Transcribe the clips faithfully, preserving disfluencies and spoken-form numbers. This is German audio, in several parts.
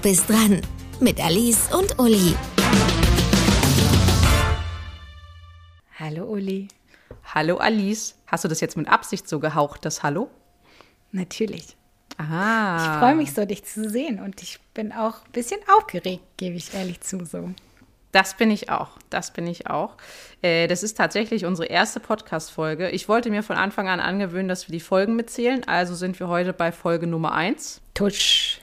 bist dran mit Alice und Uli. Hallo Uli. Hallo Alice. Hast du das jetzt mit Absicht so gehaucht, das Hallo? Natürlich. Aha. Ich freue mich so, dich zu sehen und ich bin auch ein bisschen aufgeregt, gebe ich ehrlich zu. So. Das bin ich auch, das bin ich auch. Äh, das ist tatsächlich unsere erste Podcast-Folge. Ich wollte mir von Anfang an angewöhnen, dass wir die Folgen mitzählen, also sind wir heute bei Folge Nummer eins. Tusch.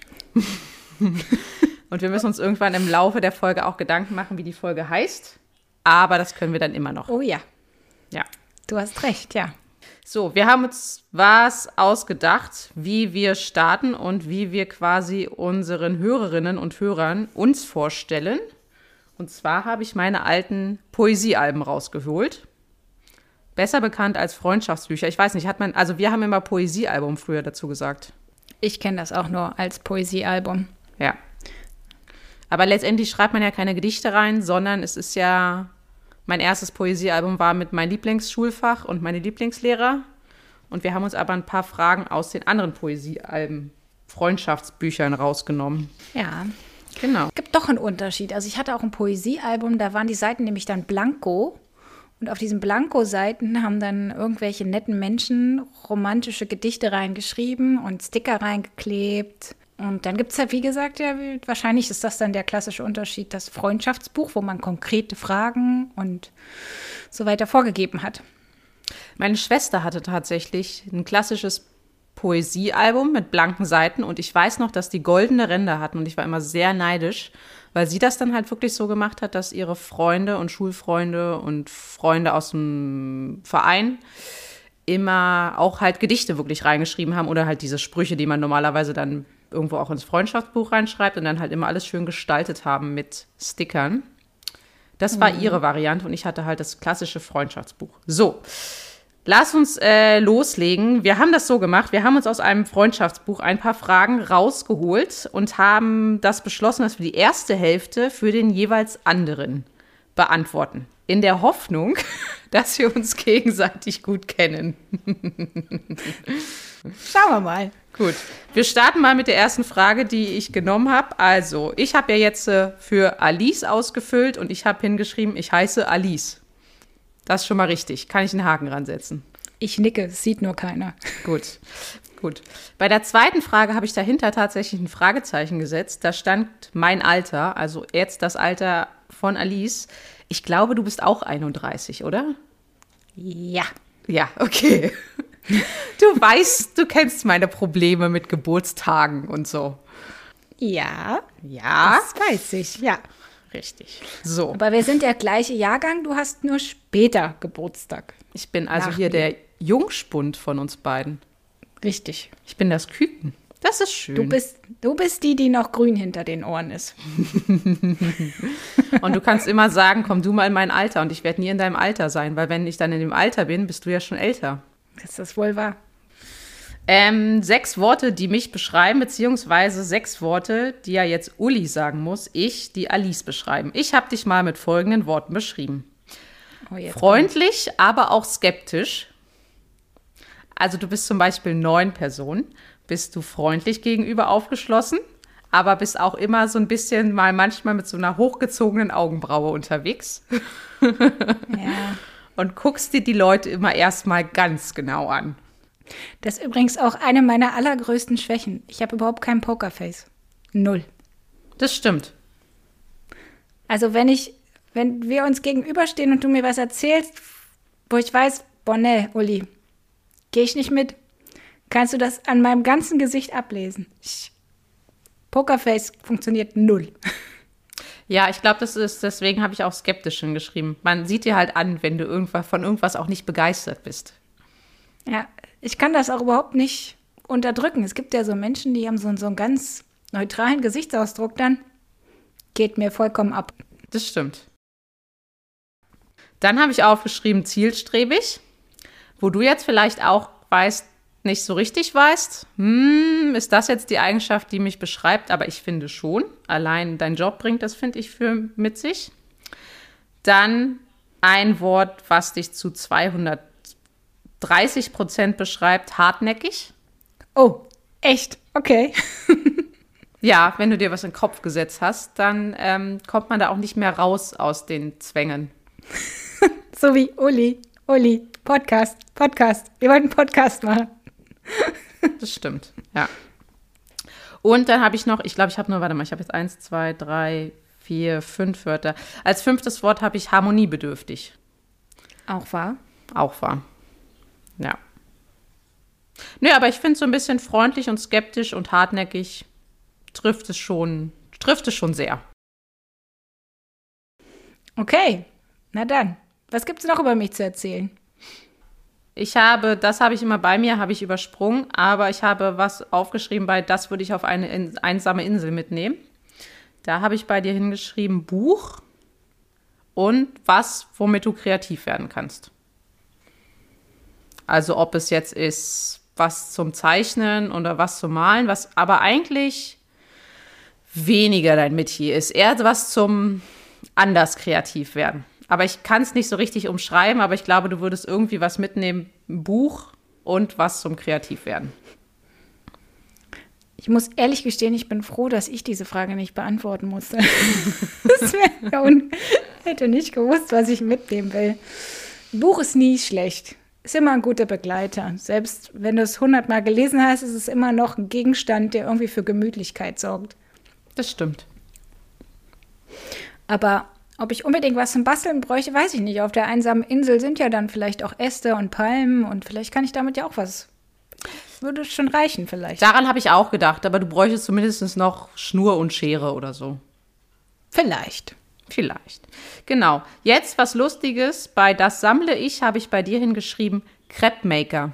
Und wir müssen uns irgendwann im Laufe der Folge auch Gedanken machen, wie die Folge heißt, aber das können wir dann immer noch. Oh ja. Ja. Du hast recht, ja. So, wir haben uns was ausgedacht, wie wir starten und wie wir quasi unseren Hörerinnen und Hörern uns vorstellen. Und zwar habe ich meine alten Poesiealben rausgeholt. Besser bekannt als Freundschaftsbücher. Ich weiß nicht, hat man, also wir haben immer Poesiealbum früher dazu gesagt. Ich kenne das auch nur als Poesiealbum. Ja. Aber letztendlich schreibt man ja keine Gedichte rein, sondern es ist ja, mein erstes Poesiealbum war mit meinem Lieblingsschulfach und meine Lieblingslehrer. Und wir haben uns aber ein paar Fragen aus den anderen Poesiealben, Freundschaftsbüchern rausgenommen. Ja. Genau. Es gibt doch einen Unterschied. Also ich hatte auch ein Poesiealbum, da waren die Seiten nämlich dann blanko. Und auf diesen Blanko-Seiten haben dann irgendwelche netten Menschen romantische Gedichte reingeschrieben und Sticker reingeklebt. Und dann gibt es halt, wie gesagt, ja, wahrscheinlich ist das dann der klassische Unterschied, das Freundschaftsbuch, wo man konkrete Fragen und so weiter vorgegeben hat. Meine Schwester hatte tatsächlich ein klassisches Poesiealbum mit blanken Seiten und ich weiß noch, dass die goldene Ränder hatten und ich war immer sehr neidisch, weil sie das dann halt wirklich so gemacht hat, dass ihre Freunde und Schulfreunde und Freunde aus dem Verein immer auch halt Gedichte wirklich reingeschrieben haben oder halt diese Sprüche, die man normalerweise dann irgendwo auch ins Freundschaftsbuch reinschreibt und dann halt immer alles schön gestaltet haben mit Stickern. Das war mhm. ihre Variante und ich hatte halt das klassische Freundschaftsbuch. So, lass uns äh, loslegen. Wir haben das so gemacht, wir haben uns aus einem Freundschaftsbuch ein paar Fragen rausgeholt und haben das beschlossen, dass wir die erste Hälfte für den jeweils anderen beantworten. In der Hoffnung, dass wir uns gegenseitig gut kennen. Schauen wir mal. Gut, wir starten mal mit der ersten Frage, die ich genommen habe. Also, ich habe ja jetzt äh, für Alice ausgefüllt und ich habe hingeschrieben, ich heiße Alice. Das ist schon mal richtig. Kann ich einen Haken ransetzen? Ich nicke, es sieht nur keiner. Gut, gut. Bei der zweiten Frage habe ich dahinter tatsächlich ein Fragezeichen gesetzt. Da stand mein Alter, also jetzt das Alter von Alice. Ich glaube, du bist auch einunddreißig, oder? Ja. Ja, okay. Du weißt, du kennst meine Probleme mit Geburtstagen und so. Ja. Ja. Das weiß ich, ja. Richtig. So. Aber wir sind der gleiche Jahrgang, du hast nur später Geburtstag. Ich bin also Nach hier mir. der Jungspund von uns beiden. Richtig. Ich bin das Küken. Das ist schön. Du bist, du bist die, die noch grün hinter den Ohren ist. Und du kannst immer sagen, komm du mal in mein Alter und ich werde nie in deinem Alter sein, weil wenn ich dann in dem Alter bin, bist du ja schon älter. Ist das wohl wahr? Ähm, sechs Worte, die mich beschreiben, beziehungsweise sechs Worte, die ja jetzt Uli sagen muss, ich, die Alice beschreiben. Ich habe dich mal mit folgenden Worten beschrieben. Oh, jetzt Freundlich, aber auch skeptisch. Also du bist zum Beispiel neun Personen. Bist du freundlich gegenüber aufgeschlossen, aber bist auch immer so ein bisschen mal manchmal mit so einer hochgezogenen Augenbraue unterwegs. Ja. Und guckst dir die Leute immer erstmal ganz genau an. Das ist übrigens auch eine meiner allergrößten Schwächen. Ich habe überhaupt kein Pokerface. Null. Das stimmt. Also wenn ich, wenn wir uns gegenüberstehen und du mir was erzählst, wo ich weiß, boah, nee, Uli, gehe ich nicht mit, kannst du das an meinem ganzen Gesicht ablesen. Ich, Pokerface funktioniert null. Ja, ich glaube, das ist, deswegen habe ich auch skeptisch hingeschrieben. Man sieht dir halt an, wenn du irgendwas, von irgendwas auch nicht begeistert bist. Ja, ich kann das auch überhaupt nicht unterdrücken. Es gibt ja so Menschen, die haben so, so einen ganz neutralen Gesichtsausdruck dann. Geht mir vollkommen ab. Das stimmt. Dann habe ich aufgeschrieben, zielstrebig. Wo du jetzt vielleicht auch weißt, nicht so richtig weißt, hm, ist das jetzt die Eigenschaft, die mich beschreibt? Aber ich finde schon. Allein dein Job bringt das, finde ich, für mit sich. Dann ein Wort, was dich zu zweihundertdreißig Prozent beschreibt, hartnäckig. Oh, echt? Okay. Ja, wenn du dir was in den Kopf gesetzt hast, dann ähm, kommt man da auch nicht mehr raus aus den Zwängen. So wie Uli, Uli, Podcast, Podcast. Wir wollten einen Podcast machen. Das stimmt, ja. Und dann habe ich noch, ich glaube, ich habe nur, warte mal, ich habe jetzt eins, zwei, drei, vier, fünf Wörter. Als fünftes Wort habe ich harmoniebedürftig. Auch wahr? Auch wahr. Ja. Nö, aber ich finde so ein bisschen freundlich und skeptisch und hartnäckig trifft es schon, trifft es schon sehr. Okay, na dann. Was gibt es noch über mich zu erzählen? Ich habe, das habe ich immer bei mir, habe ich übersprungen, aber ich habe was aufgeschrieben bei, das würde ich auf eine in, einsame Insel mitnehmen. Da habe ich bei dir hingeschrieben, Buch und was, womit du kreativ werden kannst. Also ob es jetzt ist, was zum Zeichnen oder was zum Malen, was aber eigentlich weniger dein Metier ist. Eher was zum anders kreativ werden. Aber ich kann es nicht so richtig umschreiben, aber ich glaube, du würdest irgendwie was mitnehmen, ein Buch und was zum Kreativwerden. Ich muss ehrlich gestehen, ich bin froh, dass ich diese Frage nicht beantworten musste. Das wäre ja un- hätte nicht gewusst, was ich mitnehmen will. Ein Buch ist nie schlecht. Ist immer ein guter Begleiter. Selbst wenn du es hundertmal gelesen hast, ist es immer noch ein Gegenstand, der irgendwie für Gemütlichkeit sorgt. Das stimmt. Aber ob ich unbedingt was zum Basteln bräuchte, weiß ich nicht. Auf der einsamen Insel sind ja dann vielleicht auch Äste und Palmen und vielleicht kann ich damit ja auch was. Würde schon reichen vielleicht. Daran habe ich auch gedacht, aber du bräuchtest zumindest noch Schnur und Schere oder so. Vielleicht. Vielleicht. Genau. Jetzt was Lustiges. Bei Das sammle ich habe ich bei dir hingeschrieben Crepe Maker.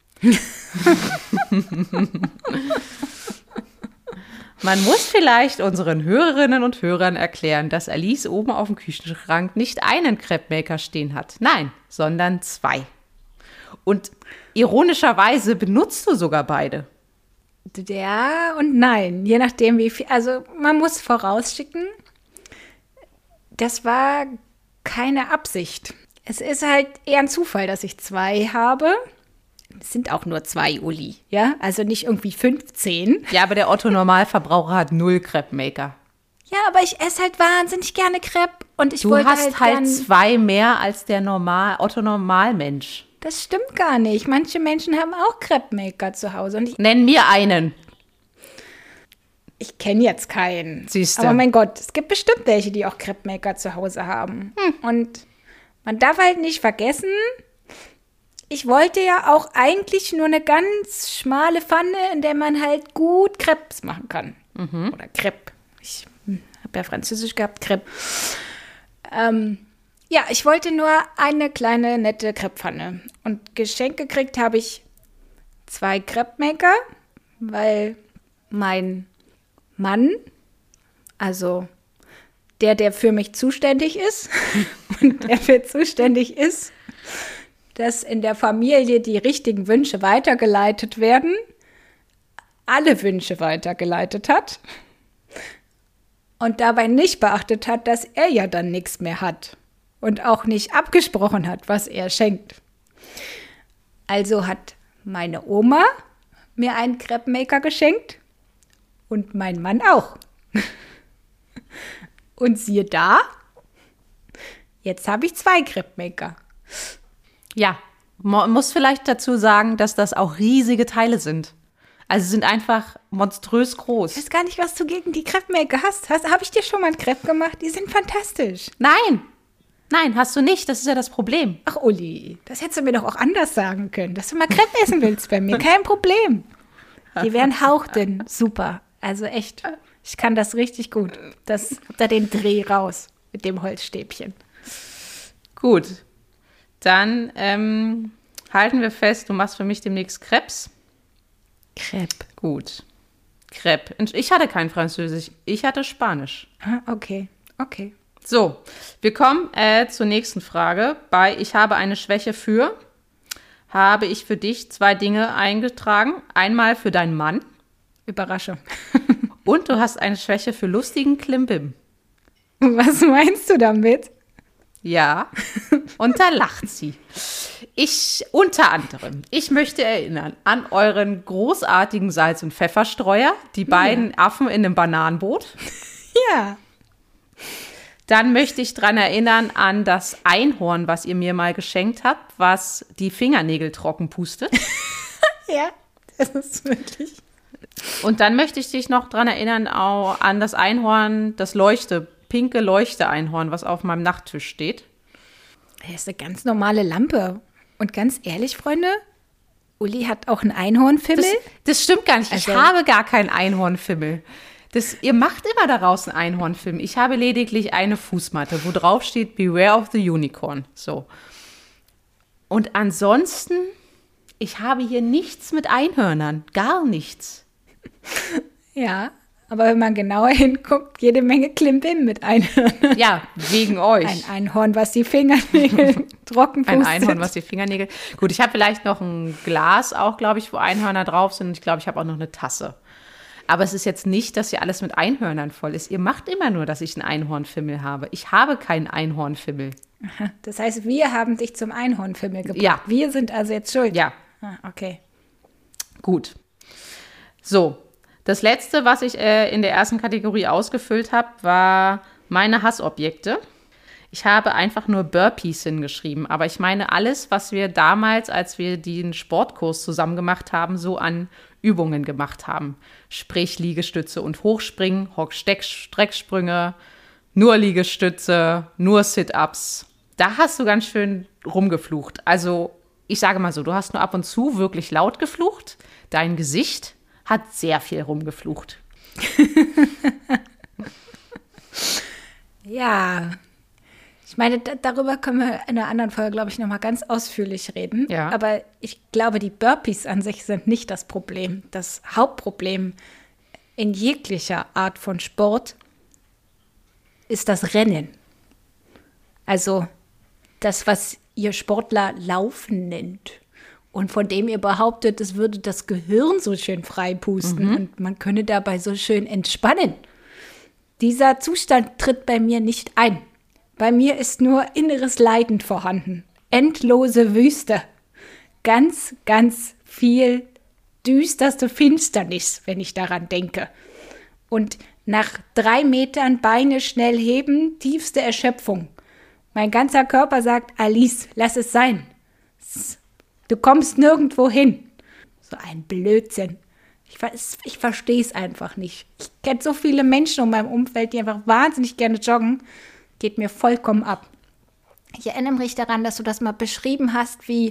Man muss vielleicht unseren Hörerinnen und Hörern erklären, dass Alice oben auf dem Küchenschrank nicht einen Crepe-Maker stehen hat. Nein, sondern zwei. Und ironischerweise benutzt du sogar beide. Ja und nein, je nachdem wie viel. Also man muss vorausschicken, das war keine Absicht. Es ist halt eher ein Zufall, dass ich zwei habe. Es sind auch nur zwei, Uli, ja? Also nicht irgendwie fünfzehn. Ja, aber der Otto-Normalverbraucher hat null Crepe-Maker. Ja, aber ich esse halt wahnsinnig gerne Crepe und ich Du wollte hast halt, halt gern, zwei mehr als der Normal Otto-Normalmensch. Das stimmt gar nicht. Manche Menschen haben auch Crepe-Maker zu Hause und ich, Nenn mir einen. ich kenne jetzt keinen. Siehste. Aber mein Gott, es gibt bestimmt welche, die auch Crepe-Maker zu Hause haben. Hm. Und man darf halt nicht vergessen, ich wollte ja auch eigentlich nur eine ganz schmale Pfanne, in der man halt gut Crepes machen kann. Mhm. Oder Crepe. Ich hm, habe ja Französisch gehabt, Crepe. Ähm, ja, ich wollte nur eine kleine, nette Crepepfanne. Und geschenkt gekriegt habe ich zwei Crepe-Maker, weil mein Mann, also der, der für mich zuständig ist und der für zuständig ist, dass in der Familie die richtigen Wünsche weitergeleitet werden, alle Wünsche weitergeleitet hat und dabei nicht beachtet hat, dass er ja dann nichts mehr hat und auch nicht abgesprochen hat, was er schenkt. Also hat meine Oma mir einen Crepe-Maker geschenkt und mein Mann auch. Und siehe da, jetzt habe ich zwei Crepe-Maker. Ja, man muss vielleicht dazu sagen, dass das auch riesige Teile sind. Also sie sind einfach monströs groß. Ich weiß gar nicht, was du gegen die Crepe-Maker hast. hast Habe ich dir schon mal einen Crepe gemacht? Die sind fantastisch. Nein, nein, hast du nicht. Das ist ja das Problem. Ach, Uli, das hättest du mir doch auch anders sagen können, dass du mal Crepe essen willst bei mir. Kein Problem. Die wären hauchdünn. Super. Also echt, ich kann das richtig gut. Das, da den Dreh raus mit dem Holzstäbchen. Gut. Dann ähm, halten wir fest, du machst für mich demnächst Crepes. Crepe. Gut. Crepe. Ich hatte kein Französisch, ich hatte Spanisch. Ah, okay, okay. So, wir kommen äh, zur nächsten Frage. Bei Ich habe eine Schwäche für, habe ich für dich zwei Dinge eingetragen. Einmal für deinen Mann. Überraschung. Und du hast eine Schwäche für lustigen Klimbim. Was meinst du damit? Ja, und da lacht sie. Ich, unter anderem, ich möchte erinnern an euren großartigen Salz- und Pfefferstreuer, die beiden ja. Affen in einem Bananenboot. Ja. Dann möchte ich daran erinnern an das Einhorn, was ihr mir mal geschenkt habt, was die Fingernägel trocken pustet. Ja, das ist wirklich. Und dann möchte ich dich noch daran erinnern auch an das Einhorn, das Leuchte, pinke Leuchte-Einhorn, was auf meinem Nachttisch steht. Das ist eine ganz normale Lampe. Und ganz ehrlich, Freunde, Uli hat auch einen Einhornfimmel. Das, das stimmt gar nicht. Also, ich habe gar keinen Einhornfimmel. Das, ihr macht immer daraus einen Einhornfilm. Ich habe lediglich eine Fußmatte, wo drauf steht Beware of the Unicorn. So. Und ansonsten, ich habe hier nichts mit Einhörnern. Gar nichts. Ja, aber wenn man genauer hinguckt, jede Menge Klimbim mit Einhörnern. Ja, wegen euch. Ein Einhorn, was die Fingernägel trocken pustet. Ein Einhorn, was die Fingernägel... Gut, ich habe vielleicht noch ein Glas auch, glaube ich, wo Einhörner drauf sind. Und ich glaube, ich habe auch noch eine Tasse. Aber es ist jetzt nicht, dass hier alles mit Einhörnern voll ist. Ihr macht immer nur, dass ich einen Einhornfimmel habe. Ich habe keinen Einhornfimmel. Aha, das heißt, wir haben dich zum Einhornfimmel gebracht. Ja. Wir sind also jetzt schuld. Ja. Ah, okay. Gut. So, das Letzte, was ich äh, in der ersten Kategorie ausgefüllt habe, war meine Hassobjekte. Ich habe einfach nur Burpees hingeschrieben, aber ich meine alles, was wir damals, als wir den Sportkurs zusammen gemacht haben, so an Übungen gemacht haben. Sprich Liegestütze und Hochspringen, Hock-Strecksprünge, nur Liegestütze, nur Sit-Ups. Da hast du ganz schön rumgeflucht. Also ich sage mal so, du hast nur ab und zu wirklich laut geflucht. Dein Gesicht hat sehr viel rumgeflucht. Ja, ich meine, da, darüber können wir in einer anderen Folge, glaube ich, nochmal ganz ausführlich reden. Ja. Aber ich glaube, die Burpees an sich sind nicht das Problem. Das Hauptproblem in jeglicher Art von Sport ist das Rennen. Also das, was ihr Sportler Laufen nennt. Und von dem ihr behauptet, es würde das Gehirn so schön freipusten mhm. und man könne dabei so schön entspannen. Dieser Zustand tritt bei mir nicht ein. Bei mir ist nur inneres Leiden vorhanden. Endlose Wüste. Ganz, ganz viel düsterste Finsternis, wenn ich daran denke. Und nach drei Metern Beine schnell heben, tiefste Erschöpfung. Mein ganzer Körper sagt, Alice, lass es sein. Du kommst nirgendwo hin. So ein Blödsinn. Ich, ich verstehe es einfach nicht. Ich kenne so viele Menschen in meinem Umfeld, die einfach wahnsinnig gerne joggen. Geht mir vollkommen ab. Ich erinnere mich daran, dass du das mal beschrieben hast, wie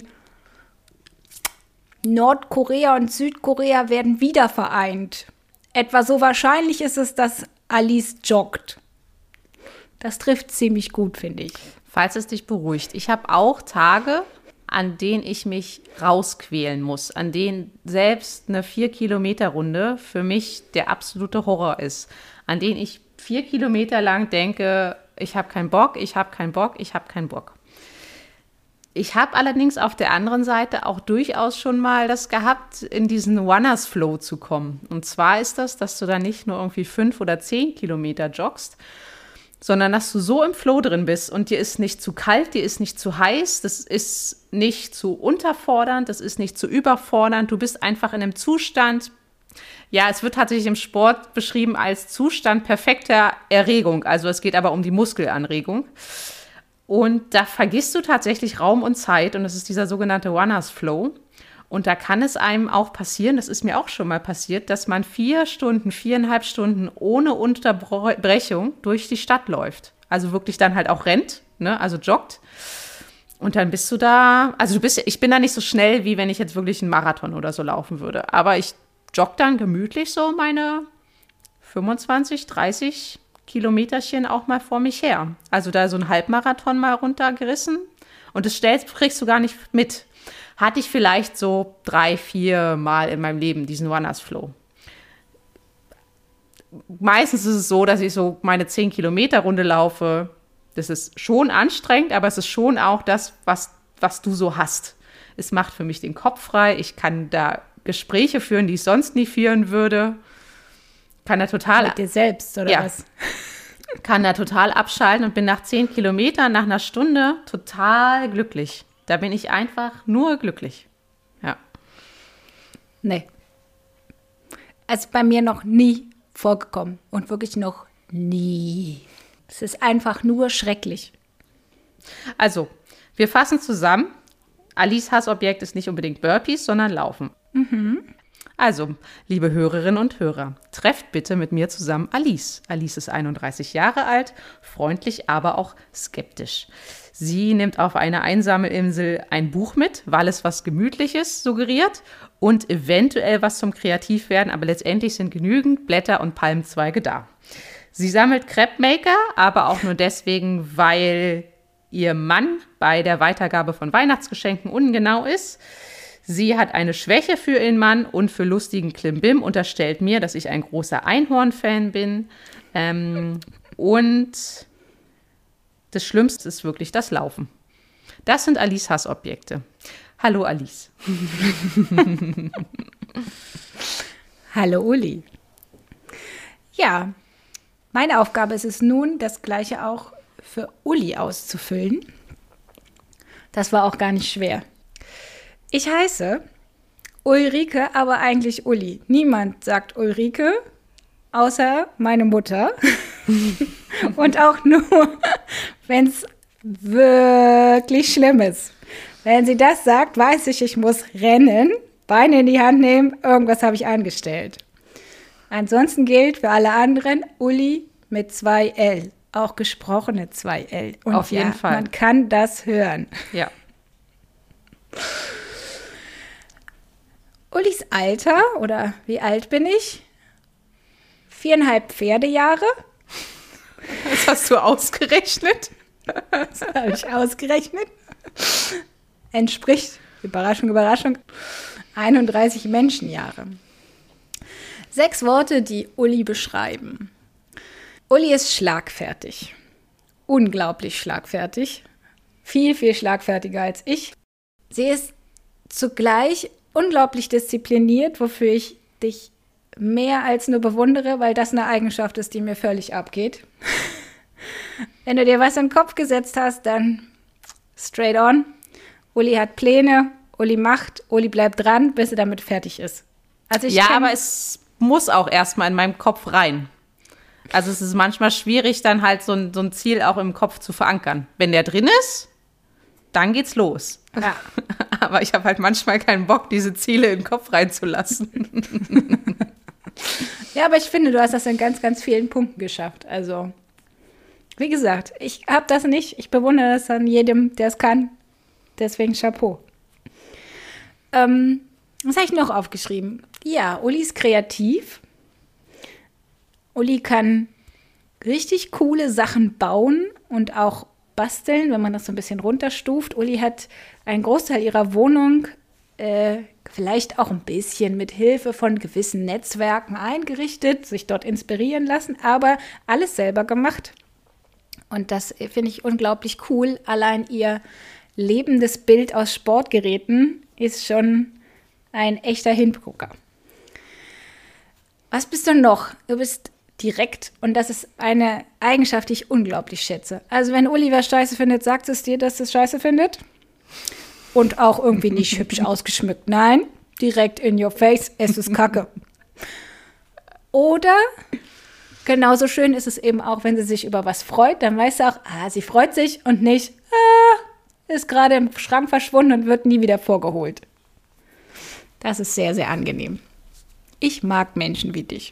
Nordkorea und Südkorea werden wieder vereint. Etwa so wahrscheinlich ist es, dass Alice joggt. Das trifft ziemlich gut, finde ich. Falls es dich beruhigt. Ich habe auch Tage, an denen ich mich rausquälen muss, an denen selbst eine vier Kilometer Runde für mich der absolute Horror ist, an denen ich vier Kilometer lang denke, ich habe keinen Bock, ich habe keinen Bock, ich habe keinen Bock. Ich habe allerdings auf der anderen Seite auch durchaus schon mal das gehabt, in diesen Runners Flow zu kommen. Und zwar ist das, dass du da nicht nur irgendwie fünf oder zehn Kilometer joggst, sondern dass du so im Flow drin bist und dir ist nicht zu kalt, dir ist nicht zu heiß, das ist nicht zu unterfordernd, das ist nicht zu überfordernd. Du bist einfach in einem Zustand, ja, es wird tatsächlich im Sport beschrieben als Zustand perfekter Erregung. Also es geht aber um die Muskelanregung. Und da vergisst du tatsächlich Raum und Zeit und das ist dieser sogenannte Runners Flow. Und da kann es einem auch passieren, das ist mir auch schon mal passiert, dass man vier Stunden, viereinhalb Stunden ohne Unterbrechung durch die Stadt läuft. Also wirklich dann halt auch rennt, ne? Also joggt. Und dann bist du da, also du bist, ich bin da nicht so schnell, wie wenn ich jetzt wirklich einen Marathon oder so laufen würde. Aber ich jogge dann gemütlich so meine fünfundzwanzig, dreißig Kilometerchen auch mal vor mich her. Also da so ein Halbmarathon mal runtergerissen. Und das stellst, kriegst du gar nicht mit. Hatte ich vielleicht so drei, vier Mal in meinem Leben diesen Runners Flow. Meistens ist es so, dass ich so meine zehn Kilometer Runde laufe. Das ist schon anstrengend, aber es ist schon auch das, was, was du so hast. Es macht für mich den Kopf frei. Ich kann da Gespräche führen, die ich sonst nie führen würde. Kann da total... Mit dir selbst, oder ja, was? Kann da total abschalten und bin nach zehn Kilometern, nach einer Stunde total glücklich. Da bin ich einfach nur glücklich. Ja. Nee. Also bei mir noch nie vorgekommen. Und wirklich noch nie. Es ist einfach nur schrecklich. Also, wir fassen zusammen. Alice Hassobjekt ist nicht unbedingt Burpees, sondern Laufen. Mhm. Also, liebe Hörerinnen und Hörer, trefft bitte mit mir zusammen Alice. Alice ist einunddreißig Jahre alt, freundlich, aber auch skeptisch. Sie nimmt auf einer einsamen Insel ein Buch mit, weil es was Gemütliches suggeriert und eventuell was zum Kreativwerden, aber letztendlich sind genügend Blätter und Palmzweige da. Sie sammelt Crepe-Maker, aber auch nur deswegen, weil ihr Mann bei der Weitergabe von Weihnachtsgeschenken ungenau ist. Sie hat eine Schwäche für ihren Mann und für lustigen Klimbim, unterstellt mir, dass ich ein großer Einhorn-Fan bin. Ähm, und das Schlimmste ist wirklich das Laufen. Das sind Alice Hassobjekte. Hallo Alice. Hallo Uli. Ja, meine Aufgabe ist es nun, das Gleiche auch für Uli auszufüllen. Das war auch gar nicht schwer. Ich heiße Ulrike, aber eigentlich Uli. Niemand sagt Ulrike, außer meine Mutter. Und auch nur, wenn es wirklich schlimm ist. Wenn sie das sagt, weiß ich, ich muss rennen, Beine in die Hand nehmen, irgendwas habe ich angestellt. Ansonsten gilt für alle anderen Uli mit zwei L. Auch gesprochene zwei L. Und auf jeden ja, Fall. Man kann das hören. Ja. Ulis Alter, oder wie alt bin ich? Viereinhalb Pferdejahre. Das hast du ausgerechnet? Das habe ich ausgerechnet. Entspricht, Überraschung, Überraschung, einunddreißig Menschenjahre. Sechs Worte, die Uli beschreiben. Uli ist schlagfertig. Unglaublich schlagfertig. Viel, viel schlagfertiger als ich. Sie ist zugleich unglaublich diszipliniert, wofür ich dich mehr als nur bewundere, weil das eine Eigenschaft ist, die mir völlig abgeht. Wenn du dir was in den Kopf gesetzt hast, dann straight on. Uli hat Pläne, Uli macht, Uli bleibt dran, bis er damit fertig ist. Also ich ja, kenn- aber es muss auch erstmal in meinem Kopf rein. Also es ist manchmal schwierig, dann halt so ein, so ein Ziel auch im Kopf zu verankern. Wenn der drin ist, dann geht's los. Ja. Aber ich habe halt manchmal keinen Bock, diese Ziele in den Kopf reinzulassen. Ja, aber ich finde, du hast das in ganz, ganz vielen Punkten geschafft. Also, wie gesagt, ich habe das nicht. Ich bewundere das an jedem, der es kann. Deswegen Chapeau. Ähm, was habe ich noch aufgeschrieben? Ja, Uli ist kreativ. Uli kann richtig coole Sachen bauen und auch basteln, wenn man das so ein bisschen runterstuft. Uli hat einen Großteil ihrer Wohnung äh, vielleicht auch ein bisschen mit Hilfe von gewissen Netzwerken eingerichtet, sich dort inspirieren lassen, aber alles selber gemacht. Und das finde ich unglaublich cool. Allein ihr lebendes Bild aus Sportgeräten ist schon ein echter Hingucker. Was bist du noch? Du bist direkt und das ist eine Eigenschaft, die ich unglaublich schätze. Also wenn Uli was scheiße findet, sagt es dir, dass es scheiße findet? Und auch irgendwie nicht hübsch ausgeschmückt. Nein, direkt in your face, es ist Kacke. Oder genauso schön ist es eben auch, wenn sie sich über was freut, dann weißt du auch, ah, sie freut sich und nicht, ah, ist gerade im Schrank verschwunden und wird nie wieder vorgeholt. Das ist sehr, sehr angenehm. Ich mag Menschen wie dich.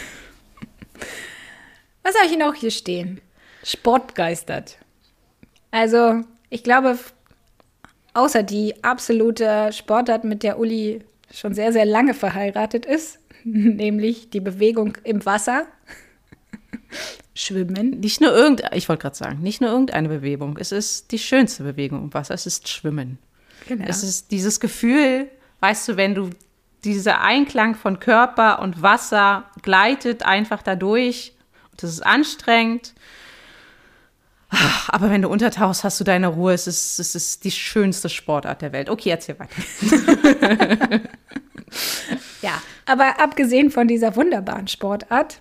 Was habe ich noch hier stehen? Sportbegeistert. Also, ich glaube, außer die absolute Sportart, mit der Uli schon sehr, sehr lange verheiratet ist, nämlich die Bewegung im Wasser, Schwimmen. Nicht nur irgendeine, ich wollte gerade sagen, nicht nur irgendeine Bewegung. Es ist die schönste Bewegung im Wasser. Es ist Schwimmen. Genau. Es ist dieses Gefühl, weißt du, wenn du dieser Einklang von Körper und Wasser gleitet einfach dadurch. Das ist anstrengend. Aber wenn du untertauchst, hast du deine Ruhe. Es ist, es ist die schönste Sportart der Welt. Okay, erzähl weiter. Ja, aber abgesehen von dieser wunderbaren Sportart,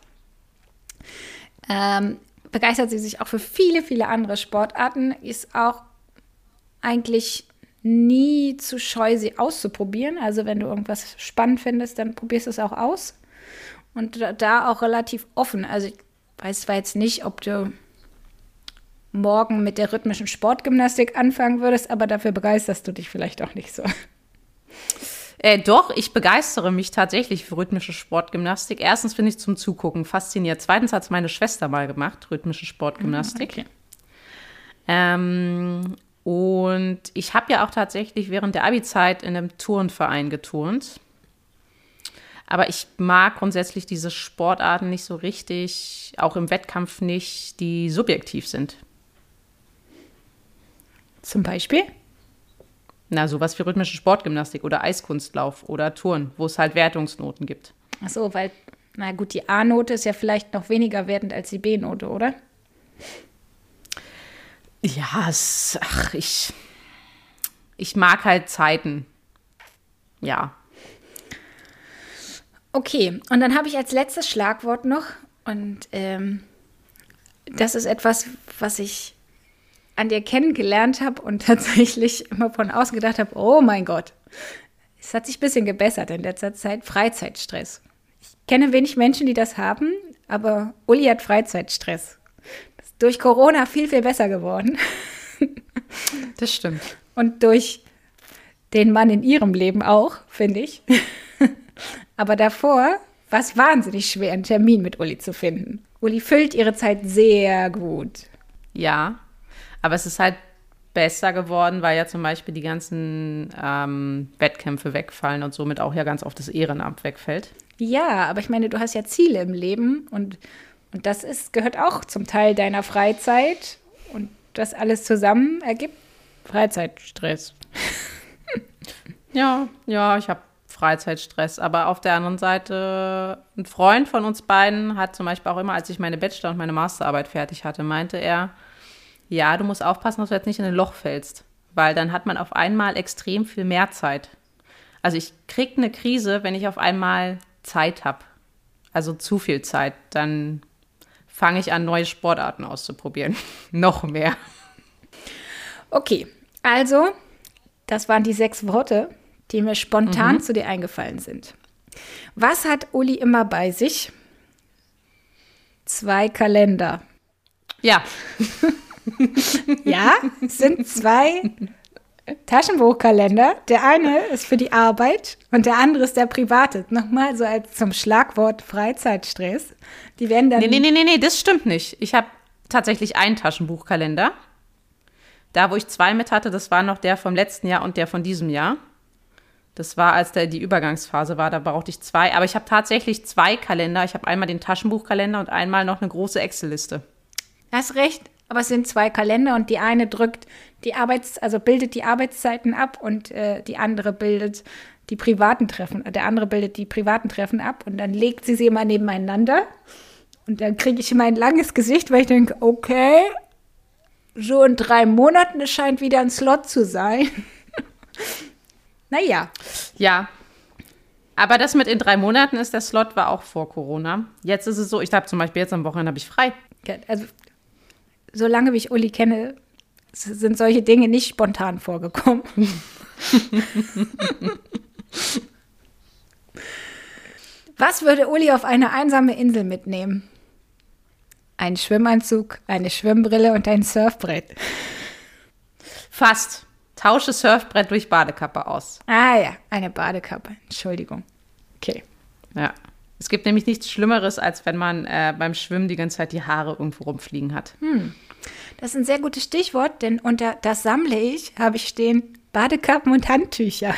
ähm, begeistert sie sich auch für viele, viele andere Sportarten, ist auch eigentlich nie zu scheu, sie auszuprobieren. Also wenn du irgendwas spannend findest, dann probierst du es auch aus. Und da, da auch relativ offen. Also ich weiß zwar jetzt nicht, ob du morgen mit der rhythmischen Sportgymnastik anfangen würdest, aber dafür begeisterst du dich vielleicht auch nicht so. Äh, doch, ich begeistere mich tatsächlich für rhythmische Sportgymnastik. Erstens finde ich zum Zugucken fasziniert. Zweitens hat es meine Schwester mal gemacht, rhythmische Sportgymnastik. Okay. Ähm, und ich habe ja auch tatsächlich während der Abi-Zeit in einem Turnverein geturnt. Aber ich mag grundsätzlich diese Sportarten nicht so richtig, auch im Wettkampf nicht, die subjektiv sind. Zum Beispiel? Na, sowas wie rhythmische Sportgymnastik oder Eiskunstlauf oder Turnen, wo es halt Wertungsnoten gibt. Ach so, weil, na gut, die A-Note ist ja vielleicht noch weniger wertend als die B-Note, oder? Ja, es, ach, ich, ich mag halt Zeiten. Ja. Okay, und dann habe ich als letztes Schlagwort noch, und ähm, das ist etwas, was ich an dir kennengelernt habe und tatsächlich immer von außen gedacht habe, oh mein Gott, es hat sich ein bisschen gebessert in letzter Zeit, Freizeitstress. Ich kenne wenig Menschen, die das haben, aber Uli hat Freizeitstress. Das ist durch Corona viel, viel besser geworden. Das stimmt. Und durch den Mann in ihrem Leben auch, finde ich. Aber davor war es wahnsinnig schwer, einen Termin mit Uli zu finden. Uli füllt ihre Zeit sehr gut. Ja, aber es ist halt besser geworden, weil ja zum Beispiel die ganzen ähm, Wettkämpfe wegfallen und somit auch ja ganz oft das Ehrenamt wegfällt. Ja, aber ich meine, du hast ja Ziele im Leben und, und das ist, gehört auch zum Teil deiner Freizeit. Und das alles zusammen ergibt Freizeitstress. Ja, ja, ich habe Freizeitstress. Aber auf der anderen Seite, ein Freund von uns beiden hat zum Beispiel auch immer, als ich meine Bachelor- und meine Masterarbeit fertig hatte, meinte er, ja, du musst aufpassen, dass du jetzt nicht in ein Loch fällst, weil dann hat man auf einmal extrem viel mehr Zeit. Also ich kriege eine Krise, wenn ich auf einmal Zeit habe, also zu viel Zeit, dann fange ich an, neue Sportarten auszuprobieren. Noch mehr. Okay, also das waren die sechs Worte, die mir spontan mhm. zu dir eingefallen sind. Was hat Uli immer bei sich? Zwei Kalender. Ja. Ja, es sind zwei Taschenbuchkalender. Der eine ist für die Arbeit und der andere ist der private. Nochmal so als zum Schlagwort Freizeitstress. Die werden dann. Nee, nee, nee, nee, nee, das stimmt nicht. Ich habe tatsächlich einen Taschenbuchkalender. Da, wo ich zwei mit hatte, das war noch der vom letzten Jahr und der von diesem Jahr. Das war, als da die Übergangsphase war, da brauchte ich zwei. Aber ich habe tatsächlich zwei Kalender. Ich habe einmal den Taschenbuchkalender und einmal noch eine große Excel-Liste. Hast recht, aber es sind zwei Kalender und die eine drückt die Arbeits-, also bildet die Arbeitszeiten ab und äh, die andere bildet die privaten Treffen. Der andere bildet die privaten Treffen ab und dann legt sie sie immer nebeneinander. Und dann kriege ich immer ein langes Gesicht, weil ich denke, okay, so in drei Monaten, es scheint wieder ein Slot zu sein. Naja. Ja, aber das mit in drei Monaten ist, der Slot war auch vor Corona. Jetzt ist es so, ich habe zum Beispiel jetzt am Wochenende habe ich frei. Ja, also, solange wie ich Uli kenne, sind solche Dinge nicht spontan vorgekommen. Was würde Uli auf eine einsame Insel mitnehmen? Ein Schwimmanzug, eine Schwimmbrille und ein Surfbrett. Fast. Tausche Surfbrett durch Badekappe aus. Ah ja, eine Badekappe. Entschuldigung. Okay. Ja. Es gibt nämlich nichts Schlimmeres, als wenn man äh, beim Schwimmen die ganze Zeit die Haare irgendwo rumfliegen hat. Hm. Das ist ein sehr gutes Stichwort, denn unter das sammle ich, habe ich stehen Badekappen und Handtücher.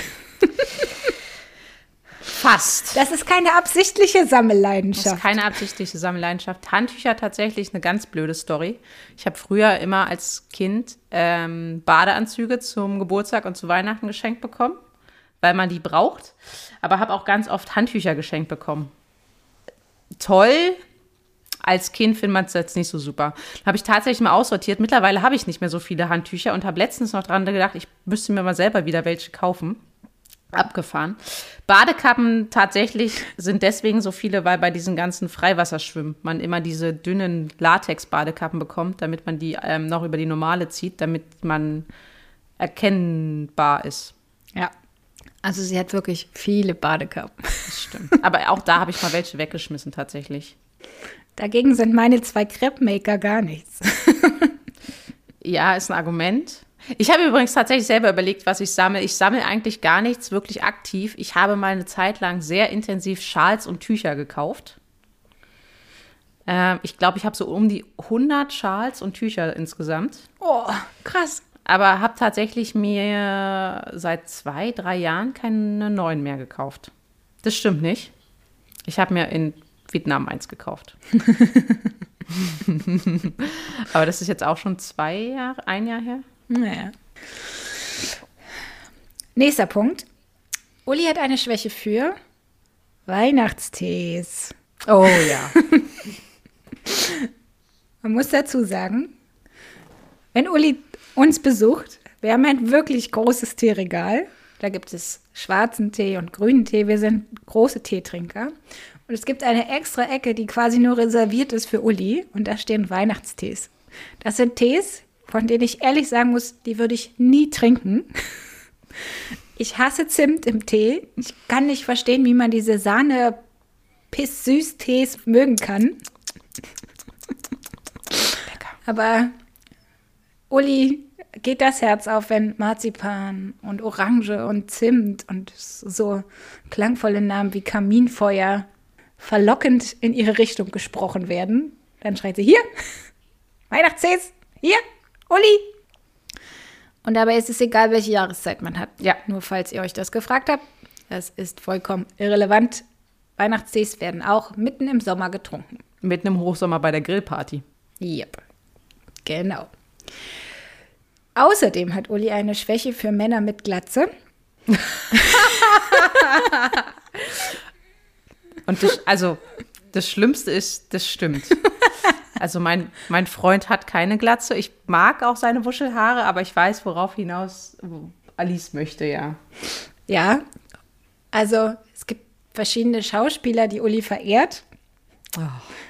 Fast. Das ist keine absichtliche Sammelleidenschaft. Das ist keine absichtliche Sammelleidenschaft. Handtücher tatsächlich eine ganz blöde Story. Ich habe früher immer als Kind ähm, Badeanzüge zum Geburtstag und zu Weihnachten geschenkt bekommen, weil man die braucht. Aber habe auch ganz oft Handtücher geschenkt bekommen. Toll. Als Kind findet man es jetzt nicht so super. Habe ich tatsächlich mal aussortiert. Mittlerweile habe ich nicht mehr so viele Handtücher und habe letztens noch dran gedacht, ich müsste mir mal selber wieder welche kaufen. Abgefahren. Badekappen tatsächlich sind deswegen so viele, weil bei diesen ganzen Freiwasserschwimmen man immer diese dünnen Latex-Badekappen bekommt, damit man die ähm, noch über die normale zieht, damit man erkennbar ist. Ja. Also sie hat wirklich viele Badekappen. Das stimmt. Aber auch da habe ich mal welche weggeschmissen tatsächlich. Dagegen sind meine zwei Crepe-Maker gar nichts. Ja, ist ein Argument. Ich habe übrigens tatsächlich selber überlegt, was ich sammle. Ich sammle eigentlich gar nichts wirklich aktiv. Ich habe mal eine Zeit lang sehr intensiv Schals und Tücher gekauft. Ähm, ich glaube, ich habe so um die hundert Schals und Tücher insgesamt. Oh, krass. Aber habe tatsächlich mir seit zwei, drei Jahren keine neuen mehr gekauft. Das stimmt nicht. Ich habe mir in Vietnam eins gekauft. Aber das ist jetzt auch schon zwei Jahre, ein Jahr her. Naja. Nächster Punkt. Uli hat eine Schwäche für Weihnachtstees. Oh ja. Man muss dazu sagen, wenn Uli uns besucht, wir haben ein wirklich großes Teeregal. Da gibt es schwarzen Tee und grünen Tee. Wir sind große Teetrinker. Und es gibt eine extra Ecke, die quasi nur reserviert ist für Uli. Und da stehen Weihnachtstees. Das sind Tees, von denen ich ehrlich sagen muss, die würde ich nie trinken. Ich hasse Zimt im Tee. Ich kann nicht verstehen, wie man diese Sahne-Piss-Süß-Tees mögen kann. Aber Uli geht das Herz auf, wenn Marzipan und Orange und Zimt und so klangvolle Namen wie Kaminfeuer verlockend in ihre Richtung gesprochen werden. Dann schreit sie, hier, Weihnachtstees, hier, Uli. Und dabei ist es egal, welche Jahreszeit man hat. Ja. Nur falls ihr euch das gefragt habt, das ist vollkommen irrelevant. Weihnachtstees werden auch mitten im Sommer getrunken. Mitten im Hochsommer bei der Grillparty. Yep. Genau. Außerdem hat Uli eine Schwäche für Männer mit Glatze. Und das, also das Schlimmste ist, das stimmt. Also mein, mein Freund hat keine Glatze. Ich mag auch seine Wuschelhaare, aber ich weiß, worauf hinaus Alice möchte, ja. Ja, also es gibt verschiedene Schauspieler, die Uli verehrt. Oh.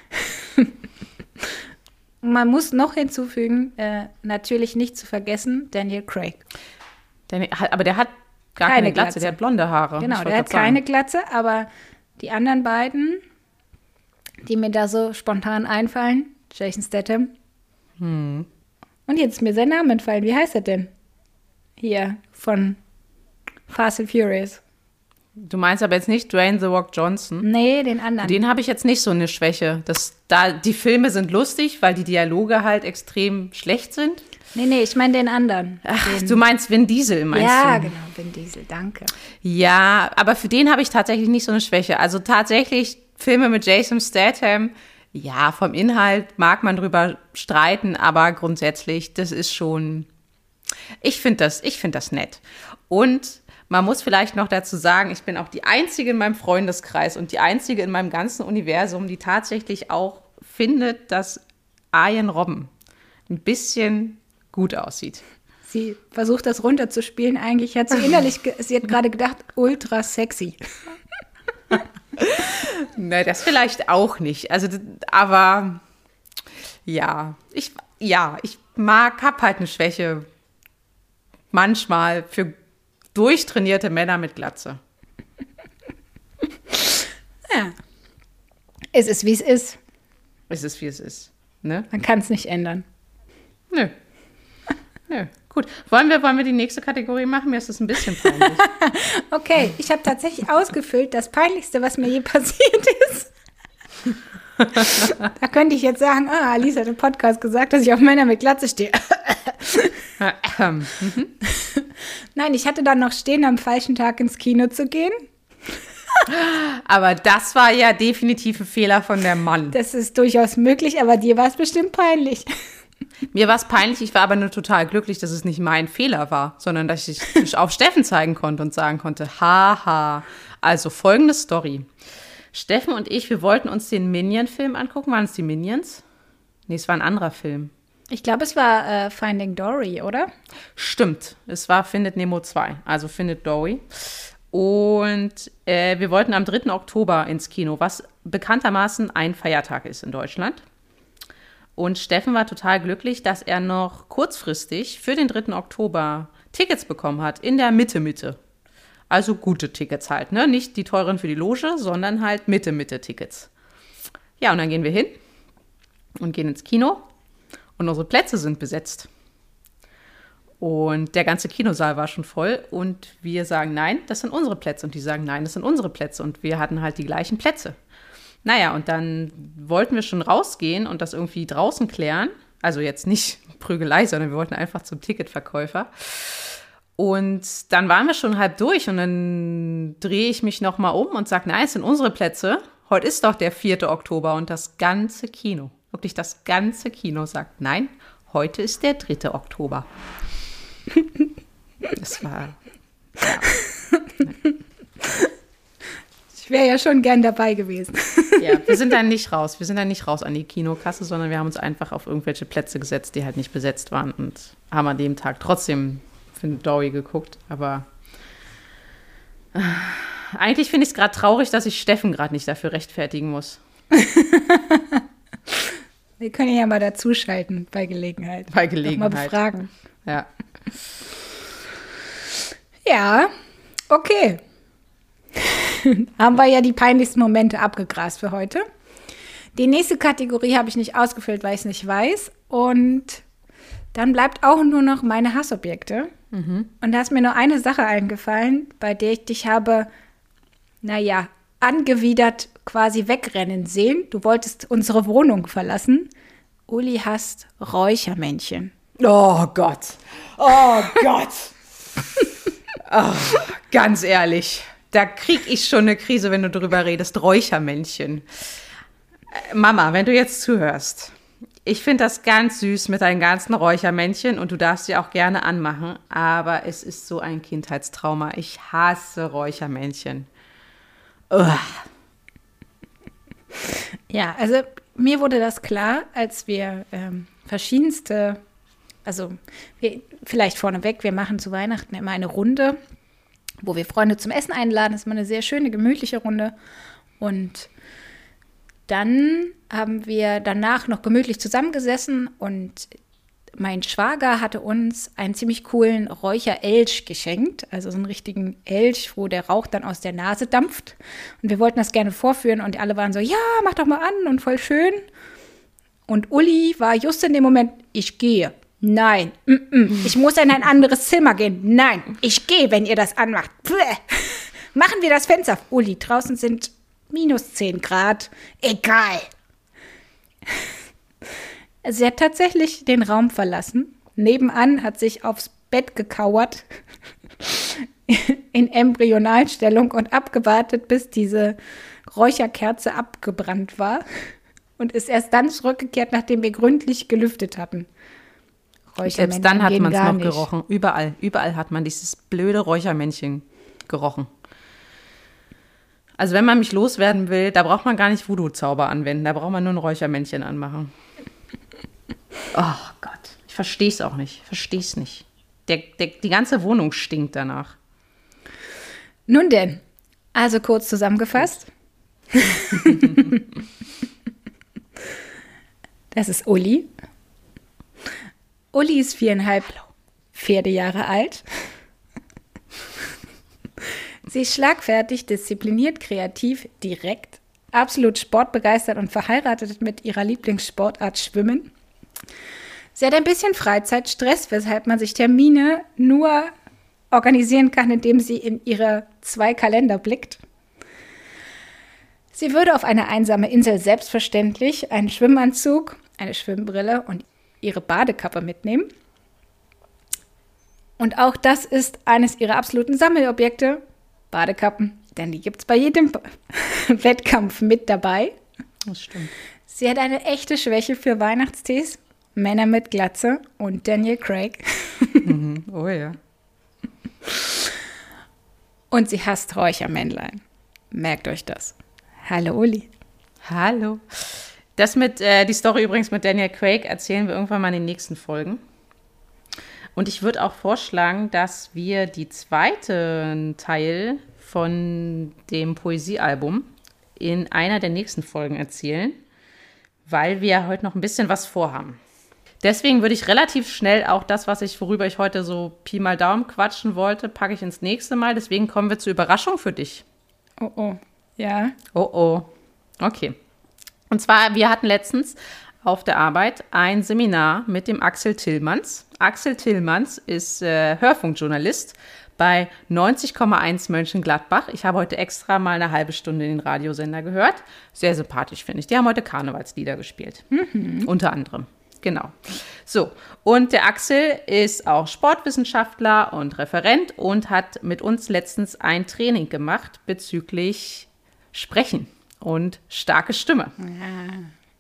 Man muss noch hinzufügen, äh, natürlich nicht zu vergessen, Daniel Craig. Der, aber der hat gar Keine keine Glatze, Glatze. der hat blonde Haare. Genau, Ich der wollte hat grad sagen. keine Glatze, aber die anderen beiden, die mir da so spontan einfallen, Jason Statham. Hm. Und jetzt ist mir sein Name entfallen. Wie heißt er denn? Hier, von Fast and Furious. Du meinst aber jetzt nicht Dwayne The Rock Johnson? Nee, den anderen. Den habe ich jetzt nicht so eine Schwäche. Das, da, die Filme sind lustig, weil die Dialoge halt extrem schlecht sind. Nee, nee, ich meine den anderen. Ach, den, du meinst Vin Diesel, meinst ja, du? genau, Vin Diesel, danke. Ja, aber für den habe ich tatsächlich nicht so eine Schwäche. Also tatsächlich Filme mit Jason Statham, ja, vom Inhalt mag man drüber streiten, aber grundsätzlich, das ist schon, ich finde das, ich finde das nett. Und man muss vielleicht noch dazu sagen, ich bin auch die Einzige in meinem Freundeskreis und die Einzige in meinem ganzen Universum, die tatsächlich auch findet, dass Arjen Robben ein bisschen gut aussieht. Sie versucht das runterzuspielen. Eigentlich hat sie innerlich, ge- sie hat gerade gedacht, ultra sexy. Ne, das vielleicht auch nicht. Also, d- aber ja, ich, ja, ich mag, hab halt eine Schwäche manchmal für durchtrainierte Männer mit Glatze. Ja. Es ist, wie es ist. Es ist, wie es ist. Ne? Man kann es nicht ändern. Nö. Nö. Gut. Wollen wir, wollen wir die nächste Kategorie machen? Mir ist das ein bisschen peinlich. Okay, ich habe tatsächlich ausgefüllt, das Peinlichste, was mir je passiert ist. Da könnte ich jetzt sagen, ah, Alice hat im Podcast gesagt, dass ich auf Männer mit Glatze stehe. Ähm, Nein, ich hatte dann noch stehen, am falschen Tag ins Kino zu gehen. Aber das war ja definitiv ein Fehler von der Mann. Das ist durchaus möglich, aber dir war es bestimmt peinlich. Mir war es peinlich, ich war aber nur total glücklich, dass es nicht mein Fehler war, sondern dass ich auf Steffen zeigen konnte und sagen konnte, haha. Also folgende Story. Steffen und ich, wir wollten uns den Minion-Film angucken. Waren es die Minions? Nee, es war ein anderer Film. Ich glaube, es war äh, Finding Dory, oder? Stimmt, es war Findet Nemo zwei, also Findet Dory. Und äh, wir wollten am dritten Oktober ins Kino, was bekanntermaßen ein Feiertag ist in Deutschland. Und Steffen war total glücklich, dass er noch kurzfristig für den dritten Oktober Tickets bekommen hat, in der Mitte-Mitte. Also gute Tickets halt, ne? Nicht die teuren für die Loge, sondern halt Mitte-Mitte-Tickets. Ja, und dann gehen wir hin und gehen ins Kino und unsere Plätze sind besetzt. Und der ganze Kinosaal war schon voll und wir sagen, nein, das sind unsere Plätze. Und die sagen, nein, das sind unsere Plätze. Und wir hatten halt die gleichen Plätze. Naja, und dann wollten wir schon rausgehen und das irgendwie draußen klären. Also jetzt nicht Prügelei, sondern wir wollten einfach zum Ticketverkäufer. Und dann waren wir schon halb durch und dann drehe ich mich nochmal um und sage, nein, es sind unsere Plätze. Heute ist doch der vierte Oktober und das ganze Kino, wirklich das ganze Kino sagt, nein, heute ist der dritte Oktober. Das war, ja. Ich wäre ja schon gern dabei gewesen. Ja, wir sind dann nicht raus. Wir sind dann nicht raus an die Kinokasse, sondern wir haben uns einfach auf irgendwelche Plätze gesetzt, die halt nicht besetzt waren und haben an dem Tag trotzdem Findet Dory geguckt. Aber äh, eigentlich finde ich es gerade traurig, dass ich Steffen gerade nicht dafür rechtfertigen muss. Wir können ihn ja mal dazuschalten bei Gelegenheit. Bei Gelegenheit. Mal befragen. Ja. Ja, okay. Haben wir ja die peinlichsten Momente abgegrast für heute. Die nächste Kategorie habe ich nicht ausgefüllt, weil ich es nicht weiß. Und dann bleibt auch nur noch meine Hassobjekte. Mhm. Und da ist mir nur eine Sache eingefallen, bei der ich dich habe, naja, angewidert quasi wegrennen sehen. Du wolltest unsere Wohnung verlassen. Uli hasst Räuchermännchen. Oh Gott. Oh Gott. Oh, ganz ehrlich. Da krieg ich schon eine Krise, wenn du drüber redest. Räuchermännchen. Äh, Mama, wenn du jetzt zuhörst, ich finde das ganz süß mit deinen ganzen Räuchermännchen und du darfst sie auch gerne anmachen, aber es ist so ein Kindheitstrauma. Ich hasse Räuchermännchen. Ugh. Ja, also mir wurde das klar, als wir ähm, verschiedenste, also wir, vielleicht vorneweg, wir machen zu Weihnachten immer eine Runde, wo wir Freunde zum Essen einladen. Das ist mal eine sehr schöne, gemütliche Runde. Und dann haben wir danach noch gemütlich zusammengesessen und mein Schwager hatte uns einen ziemlich coolen Räucherelch geschenkt, also so einen richtigen Elch, wo der Rauch dann aus der Nase dampft. Und wir wollten das gerne vorführen und alle waren so, ja, mach doch mal an und voll schön. Und Uli war just in dem Moment, ich gehe. Nein, mm -mm. Ich muss in ein anderes Zimmer gehen. Nein, ich gehe, wenn ihr das anmacht. Bäh. Machen wir das Fenster auf. Uli, draußen sind minus zehn Grad. Egal. Sie hat tatsächlich den Raum verlassen. Nebenan hat sich aufs Bett gekauert, in Embryonalstellung und abgewartet, bis diese Räucherkerze abgebrannt war. Und ist erst dann zurückgekehrt, nachdem wir gründlich gelüftet hatten. Selbst dann hat man es noch nicht gerochen. Überall, überall hat man dieses blöde Räuchermännchen gerochen. Also wenn man mich loswerden will, da braucht man gar nicht Voodoo-Zauber anwenden. Da braucht man nur ein Räuchermännchen anmachen. Oh Gott, ich verstehe es auch nicht. Verstehe es nicht. Der, der, die ganze Wohnung stinkt danach. Nun denn, also kurz zusammengefasst. Das ist Uli. Uli ist viereinhalb Pferdejahre alt. Sie ist schlagfertig, diszipliniert, kreativ, direkt, absolut sportbegeistert und verheiratet mit ihrer Lieblingssportart Schwimmen. Sie hat ein bisschen Freizeitstress, weshalb man sich Termine nur organisieren kann, indem sie in ihre zwei Kalender blickt. Sie würde auf eine einsame Insel selbstverständlich einen Schwimmanzug, eine Schwimmbrille und ihre Badekappe mitnehmen. Und auch das ist eines ihrer absoluten Sammelobjekte, Badekappen, denn die gibt es bei jedem Wettkampf mit dabei. Das stimmt. Sie hat eine echte Schwäche für Weihnachtstees, Männer mit Glatze und Daniel Craig. Mhm. Oh ja. Und sie hasst Räuchermännlein. Merkt euch das. Hallo Uli. Hallo. Das mit, äh, die Story übrigens mit Daniel Craig erzählen wir irgendwann mal in den nächsten Folgen. Und ich würde auch vorschlagen, dass wir die zweiten Teil von dem Poesiealbum in einer der nächsten Folgen erzählen, weil wir heute noch ein bisschen was vorhaben. Deswegen würde ich relativ schnell auch das, was ich, worüber ich heute so Pi mal Daumen quatschen wollte, packe ich ins nächste Mal. Deswegen kommen wir zur Überraschung für dich. Oh, oh. Ja. Oh, oh. Okay. Und zwar, wir hatten letztens auf der Arbeit ein Seminar mit dem Axel Tillmanns. Axel Tillmanns ist äh, Hörfunkjournalist bei neunzig Komma eins Mönchengladbach. Ich habe heute extra mal eine halbe Stunde den Radiosender gehört. Sehr sympathisch, finde ich. Die haben heute Karnevalslieder gespielt. Mhm. Unter anderem. Genau. So, und der Axel ist auch Sportwissenschaftler und Referent und hat mit uns letztens ein Training gemacht bezüglich Sprechen und starke Stimme. Ja.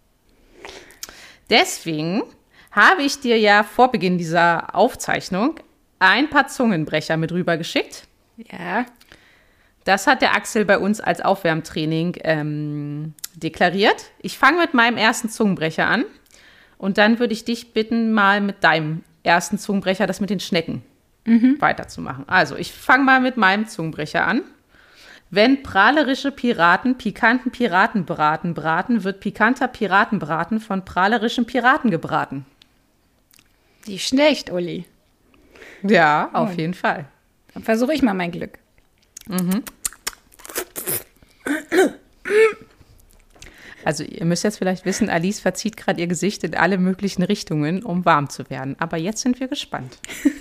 Deswegen habe ich dir ja vor Beginn dieser Aufzeichnung ein paar Zungenbrecher mit rüber geschickt. Ja. Das hat der Axel bei uns als Aufwärmtraining ähm, deklariert. Ich fange mit meinem ersten Zungenbrecher an und dann würde ich dich bitten, mal mit deinem ersten Zungenbrecher, das mit den Schnecken, mhm. weiterzumachen. Also, ich fange mal mit meinem Zungenbrecher an. Wenn prahlerische Piraten pikanten Piratenbraten braten, wird pikanter Piratenbraten von prahlerischen Piraten gebraten. Die schlecht, Uli. Ja, auf oh. jeden Fall. Dann versuche ich mal mein Glück. Mhm. Also ihr müsst jetzt vielleicht wissen, Alice verzieht gerade ihr Gesicht in alle möglichen Richtungen, um warm zu werden. Aber jetzt sind wir gespannt.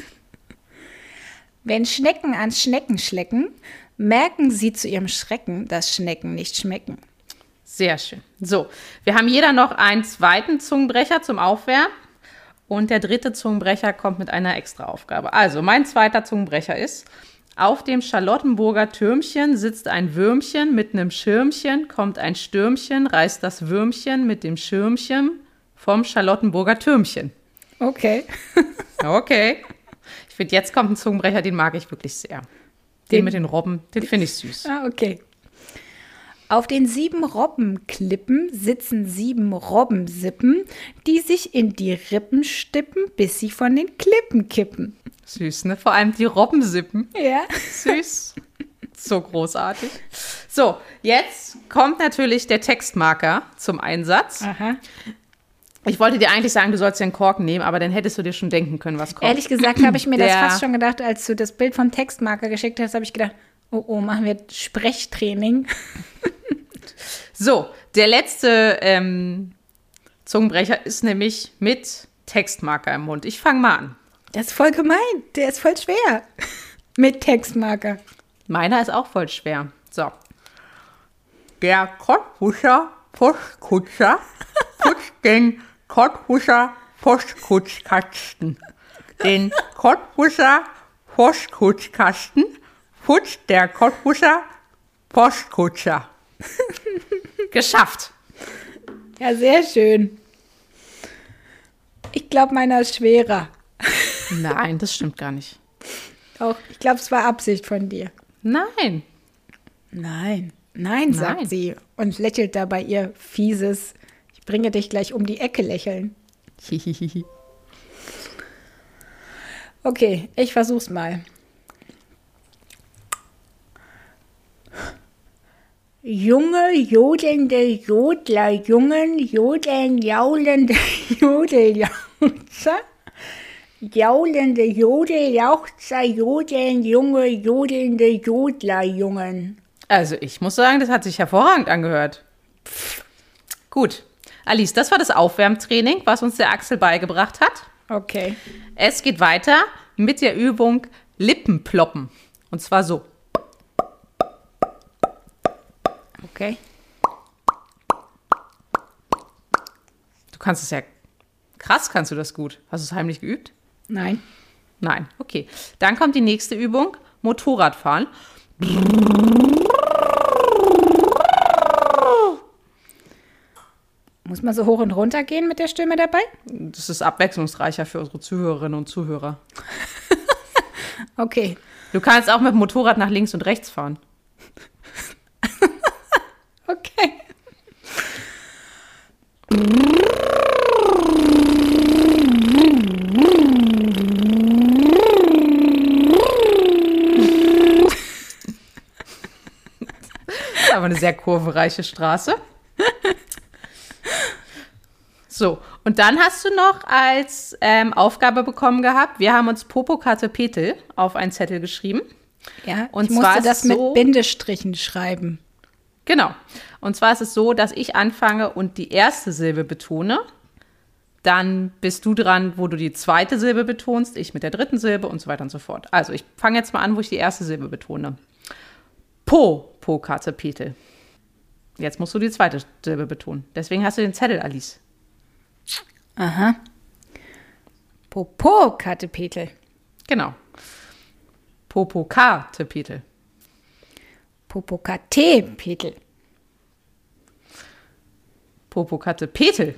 Wenn Schnecken an Schnecken schlecken, merken sie zu ihrem Schrecken, dass Schnecken nicht schmecken. Sehr schön. So, wir haben jeder noch einen zweiten Zungenbrecher zum Aufwärmen. Und der dritte Zungenbrecher kommt mit einer Extraaufgabe. Also, mein zweiter Zungenbrecher ist: Auf dem Charlottenburger Türmchen sitzt ein Würmchen mit einem Schirmchen, kommt ein Stürmchen, reißt das Würmchen mit dem Schirmchen vom Charlottenburger Türmchen. Okay. Okay. Ich finde, jetzt kommt ein Zungenbrecher, den mag ich wirklich sehr. Den, den mit den Robben, den finde ich süß. Ah, okay. Auf den sieben Robbenklippen sitzen sieben Robbensippen, die sich in die Rippen stippen, bis sie von den Klippen kippen. Süß, ne? Vor allem die Robbensippen. Ja. Süß. So großartig. So, jetzt kommt natürlich der Textmarker zum Einsatz. Aha. Ich wollte dir eigentlich sagen, du sollst den Korken nehmen, aber dann hättest du dir schon denken können, was kommt. Ehrlich gesagt habe ich mir der, das fast schon gedacht, als du das Bild vom Textmarker geschickt hast, habe ich gedacht, oh, oh, machen wir Sprechtraining. So, der letzte ähm, Zungenbrecher ist nämlich mit Textmarker im Mund. Ich fange mal an. Das ist voll gemein. Der ist voll schwer. Mit Textmarker. Meiner ist auch voll schwer. So. Der Cottbuscher Postkutscher putzt den Cottbuscher Postkutschkasten. Den Cottbuscher Postkutschkasten putzt der Cottbuscher Postkutscher. Geschafft. Ja, sehr schön. Ich glaube, meiner ist schwerer. Nein, das stimmt gar nicht. Auch, ich glaube, es war Absicht von dir. Nein. Nein. Nein, sagt Nein. sie und lächelt dabei ihr fieses, ich bringe dich gleich um die Ecke lächeln. Okay, ich versuch's mal. Junge, jodelnde Jodler, Jungen, jodeln, jaulende Jodeljauchzer. Jaulende Jodeljauchzer, jodeln, junge, jodelnde Jodlerjungen. Also ich muss sagen, das hat sich hervorragend angehört. Gut. Alice, das war das Aufwärmtraining, was uns der Axel beigebracht hat. Okay. Es geht weiter mit der Übung Lippenploppen. Und zwar so. Okay. Du kannst es ja, krass kannst du das gut. Hast du es heimlich geübt? Nein. Nein, okay. Dann kommt die nächste Übung, Motorradfahren. Muss man so hoch und runter gehen mit der Stimme dabei? Das ist abwechslungsreicher für unsere Zuhörerinnen und Zuhörer. Okay. Du kannst auch mit dem Motorrad nach links und rechts fahren. Okay. Aber eine sehr kurvenreiche Straße. So, und dann hast du noch als ähm, Aufgabe bekommen gehabt, wir haben uns Popokatepetel auf einen Zettel geschrieben. Ja, und ich musste zwar ist das es so, mit Bindestrichen schreiben. Genau. Und zwar ist es so, dass ich anfange und die erste Silbe betone. Dann bist du dran, wo du die zweite Silbe betonst, ich mit der dritten Silbe und so weiter und so fort. Also ich fange jetzt mal an, wo ich die erste Silbe betone. Po, Pokatepetel. Jetzt musst du die zweite Silbe betonen. Deswegen hast du den Zettel, Alice. Aha. Popo-Katepetel. Genau. Popokatepetel. Popokatepetel. Popokatepetel.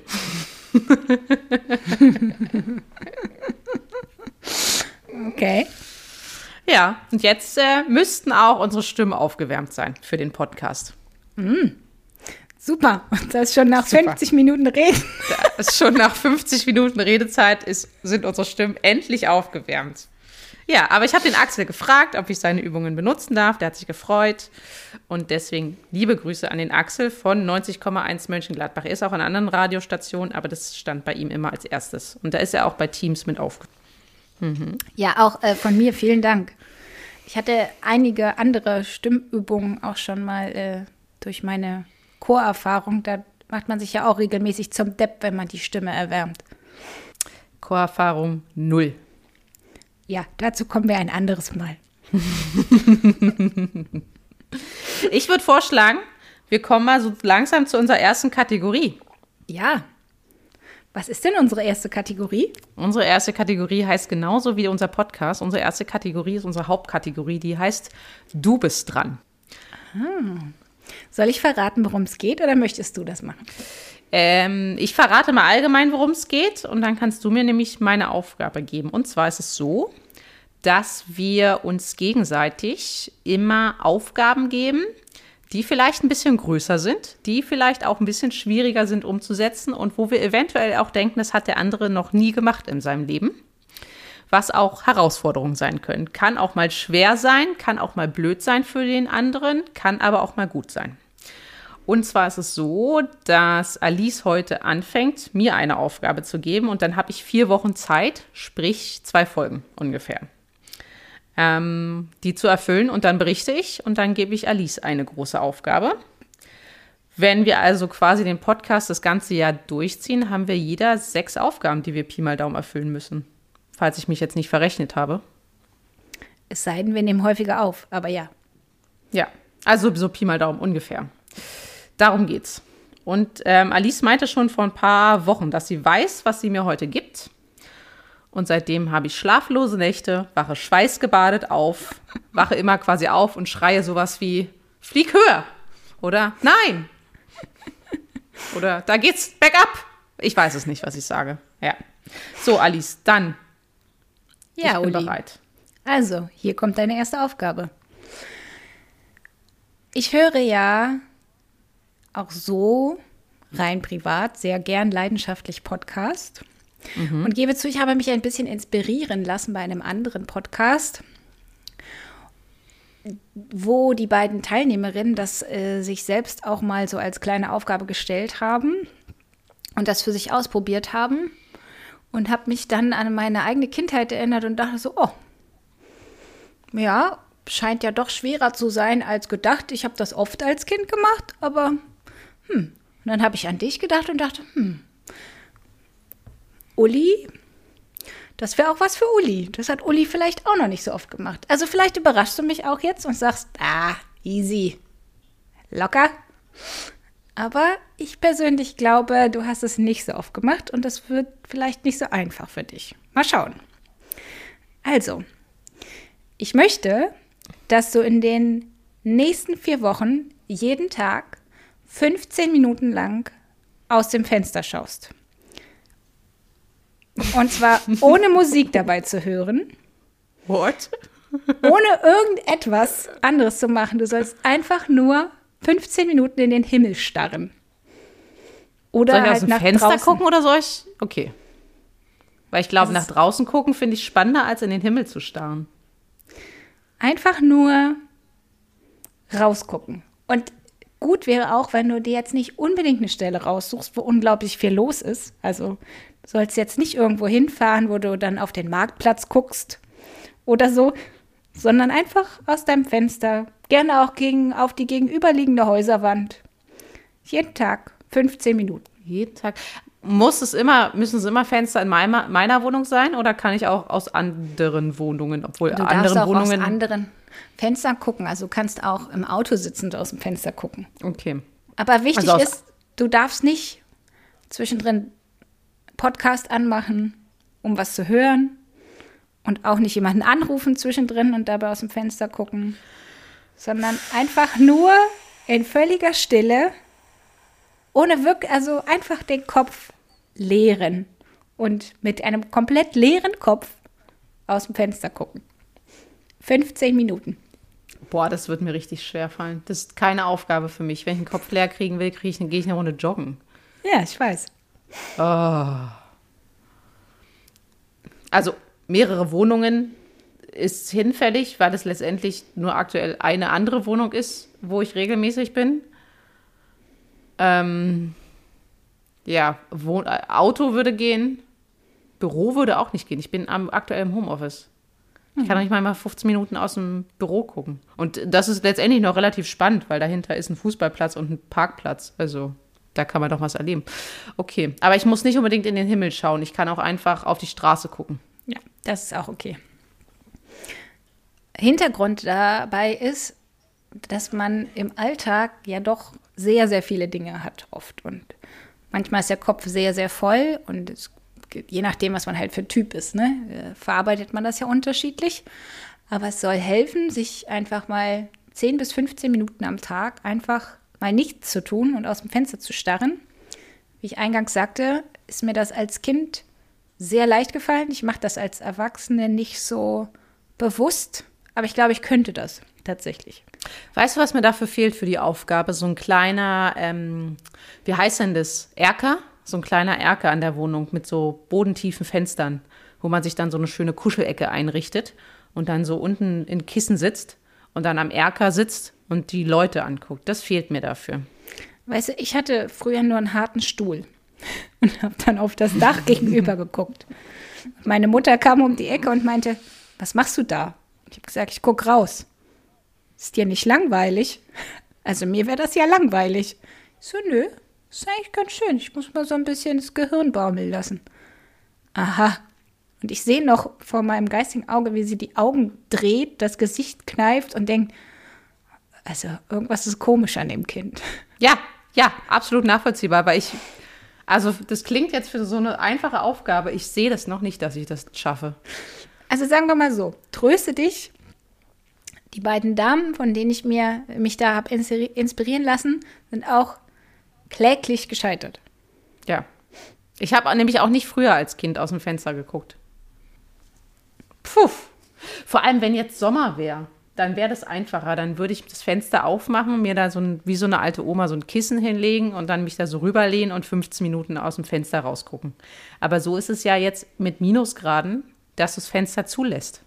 Okay. Ja, und jetzt äh, müssten auch unsere Stimmen aufgewärmt sein für den Podcast. Mm. Super. Und das schon nach Super. fünfzig Minuten Reden. Das ist schon nach fünfzig Minuten Redezeit ist, sind unsere Stimmen endlich aufgewärmt. Ja, aber ich habe den Axel gefragt, ob ich seine Übungen benutzen darf. Der hat sich gefreut. Und deswegen liebe Grüße an den Axel von neunzig Komma eins Mönchengladbach. Er ist auch an anderen Radiostationen, aber das stand bei ihm immer als erstes. Und da ist er auch bei Teams mit aufgenommen. Mhm. Ja, auch äh, von mir vielen Dank. Ich hatte einige andere Stimmübungen auch schon mal äh, durch meine Chorerfahrung. Da macht man sich ja auch regelmäßig zum Depp, wenn man die Stimme erwärmt. Chorerfahrung null. Ja, dazu kommen wir ein anderes Mal. Ich würde vorschlagen, wir kommen mal so langsam zu unserer ersten Kategorie. Ja. Was ist denn unsere erste Kategorie? Unsere erste Kategorie heißt genauso wie unser Podcast. Unsere erste Kategorie ist unsere Hauptkategorie, die heißt Du bist dran. Ah. Soll ich verraten, worum es geht, oder möchtest du das machen? Ähm, ich verrate mal allgemein, worum es geht, und dann kannst du mir nämlich meine Aufgabe geben. Und zwar ist es so, dass wir uns gegenseitig immer Aufgaben geben, die vielleicht ein bisschen größer sind, die vielleicht auch ein bisschen schwieriger sind umzusetzen und wo wir eventuell auch denken, das hat der andere noch nie gemacht in seinem Leben, was auch Herausforderungen sein können. Kann auch mal schwer sein, kann auch mal blöd sein für den anderen, kann aber auch mal gut sein. Und zwar ist es so, dass Alice heute anfängt, mir eine Aufgabe zu geben, und dann habe ich vier Wochen Zeit, sprich zwei Folgen ungefähr, ähm, die zu erfüllen, und dann berichte ich und dann gebe ich Alice eine große Aufgabe. Wenn wir also quasi den Podcast das ganze Jahr durchziehen, haben wir jeder sechs Aufgaben, die wir Pi mal Daumen erfüllen müssen, falls ich mich jetzt nicht verrechnet habe. Es sei denn, wir nehmen häufiger auf, aber ja. Ja, also so Pi mal Daumen ungefähr. Darum geht's. Und ähm, Alice meinte schon vor ein paar Wochen, dass sie weiß, was sie mir heute gibt. Und seitdem habe ich schlaflose Nächte, wache schweißgebadet auf, wache immer quasi auf und schreie sowas wie, flieg höher. Oder nein. Oder da geht's bergab. Ich weiß es nicht, was ich sage. Ja. So, Alice, dann. Ja, ich bin Uli. bereit. Also, hier kommt deine erste Aufgabe. Ich höre ja auch so rein privat sehr gern leidenschaftlich Podcast. Mhm. Und gebe zu, ich habe mich ein bisschen inspirieren lassen bei einem anderen Podcast, wo die beiden Teilnehmerinnen das äh, sich selbst auch mal so als kleine Aufgabe gestellt haben und das für sich ausprobiert haben, und habe mich dann an meine eigene Kindheit erinnert und dachte so, oh, ja, scheint ja doch schwerer zu sein als gedacht. Ich habe das oft als Kind gemacht, aber hm. Und dann habe ich an dich gedacht und dachte, hm, Uli, das wäre auch was für Uli. Das hat Uli vielleicht auch noch nicht so oft gemacht. Also vielleicht überraschst du mich auch jetzt und sagst, ah, easy, locker. Aber ich persönlich glaube, du hast es nicht so oft gemacht und das wird vielleicht nicht so einfach für dich. Mal schauen. Also, ich möchte, dass du in den nächsten vier Wochen jeden Tag fünfzehn Minuten lang aus dem Fenster schaust. Und zwar ohne Musik dabei zu hören. What? Ohne irgendetwas anderes zu machen. Du sollst einfach nur fünfzehn Minuten in den Himmel starren. Oder soll ich halt aus dem nach Fenster draußen gucken oder soll ich? Okay. Weil ich glaube, Das nach ist- draußen gucken finde ich spannender, als in den Himmel zu starren. Einfach nur rausgucken. Und gut wäre auch, wenn du dir jetzt nicht unbedingt eine Stelle raussuchst, wo unglaublich viel los ist. Also du sollst jetzt nicht irgendwo hinfahren, wo du dann auf den Marktplatz guckst oder so, sondern einfach aus deinem Fenster, gerne auch gegen, auf die gegenüberliegende Häuserwand. Jeden Tag fünfzehn Minuten. Jeden Tag. Muss es immer, müssen es immer Fenster in meiner, meiner Wohnung sein oder kann ich auch aus anderen Wohnungen, obwohl Du anderen darfst auch Wohnungen. aus anderen Fenstern gucken. Also du kannst auch im Auto sitzend aus dem Fenster gucken. Okay. Aber wichtig Also aus- ist, du darfst nicht zwischendrin Podcast anmachen, um was zu hören. Und auch nicht jemanden anrufen zwischendrin und dabei aus dem Fenster gucken. Sondern einfach nur in völliger Stille, ohne wirklich, also einfach den Kopf leeren. Und mit einem komplett leeren Kopf aus dem Fenster gucken. fünfzehn Minuten. Boah, das wird mir richtig schwer fallen. Das ist keine Aufgabe für mich. Wenn ich den Kopf leer kriegen will, kriege ich, gehe ich eine Runde joggen. Ja, ich weiß. Also mehrere Wohnungen ist hinfällig, weil es letztendlich nur aktuell eine andere Wohnung ist, wo ich regelmäßig bin. Ähm, ja, Wohn- äh, Auto würde gehen. Büro würde auch nicht gehen. Ich bin am aktuell im Homeoffice. Ich kann noch nicht mal fünfzehn Minuten aus dem Büro gucken. Und das ist letztendlich noch relativ spannend, weil dahinter ist ein Fußballplatz und ein Parkplatz. Also da kann man doch was erleben. Okay, aber ich muss nicht unbedingt in den Himmel schauen. Ich kann auch einfach auf die Straße gucken. Ja, das ist auch okay. Hintergrund dabei ist, dass man im Alltag ja doch sehr, sehr viele Dinge hat oft. Und manchmal ist der Kopf sehr, sehr voll und es, je nachdem, was man halt für ein Typ ist, ne, verarbeitet man das ja unterschiedlich. Aber es soll helfen, sich einfach mal zehn bis fünfzehn Minuten am Tag einfach mal nichts zu tun und aus dem Fenster zu starren. Wie ich eingangs sagte, ist mir das als Kind sehr leicht gefallen. Ich mache das als Erwachsene nicht so bewusst, aber ich glaube, ich könnte das tatsächlich. Weißt du, was mir dafür fehlt für die Aufgabe? So ein kleiner, ähm, wie heißt denn das? Erker? So ein kleiner Erker an der Wohnung mit so bodentiefen Fenstern, wo man sich dann so eine schöne Kuschelecke einrichtet und dann so unten in Kissen sitzt und dann am Erker sitzt und die Leute anguckt. Das fehlt mir dafür. Weißt du, ich hatte früher nur einen harten Stuhl und habe dann auf das Dach gegenüber geguckt. Meine Mutter kam um die Ecke und meinte, was machst du da? Ich habe gesagt, ich gucke raus. Ist dir nicht langweilig? Also mir wäre das ja langweilig. Ich so, nö, ist eigentlich ganz schön. Ich muss mal so ein bisschen das Gehirn baumeln lassen. Aha. Und ich sehe noch vor meinem geistigen Auge, wie sie die Augen dreht, das Gesicht kneift und denkt, also irgendwas ist komisch an dem Kind. Ja, ja, absolut nachvollziehbar, weil ich, also das klingt jetzt für so eine einfache Aufgabe. Ich sehe das noch nicht, dass ich das schaffe. Also sagen wir mal so, tröste dich. Die beiden Damen, von denen ich mir, mich da habe inspirieren lassen, sind auch kläglich gescheitert. Ja. Ich habe nämlich auch nicht früher als Kind aus dem Fenster geguckt. Puh. Vor allem, wenn jetzt Sommer wäre, dann wäre das einfacher. Dann würde ich das Fenster aufmachen, mir da so ein, wie so eine alte Oma so ein Kissen hinlegen und dann mich da so rüberlehnen und fünfzehn Minuten aus dem Fenster rausgucken. Aber so ist es ja jetzt mit Minusgraden, dass das Fenster zulässt.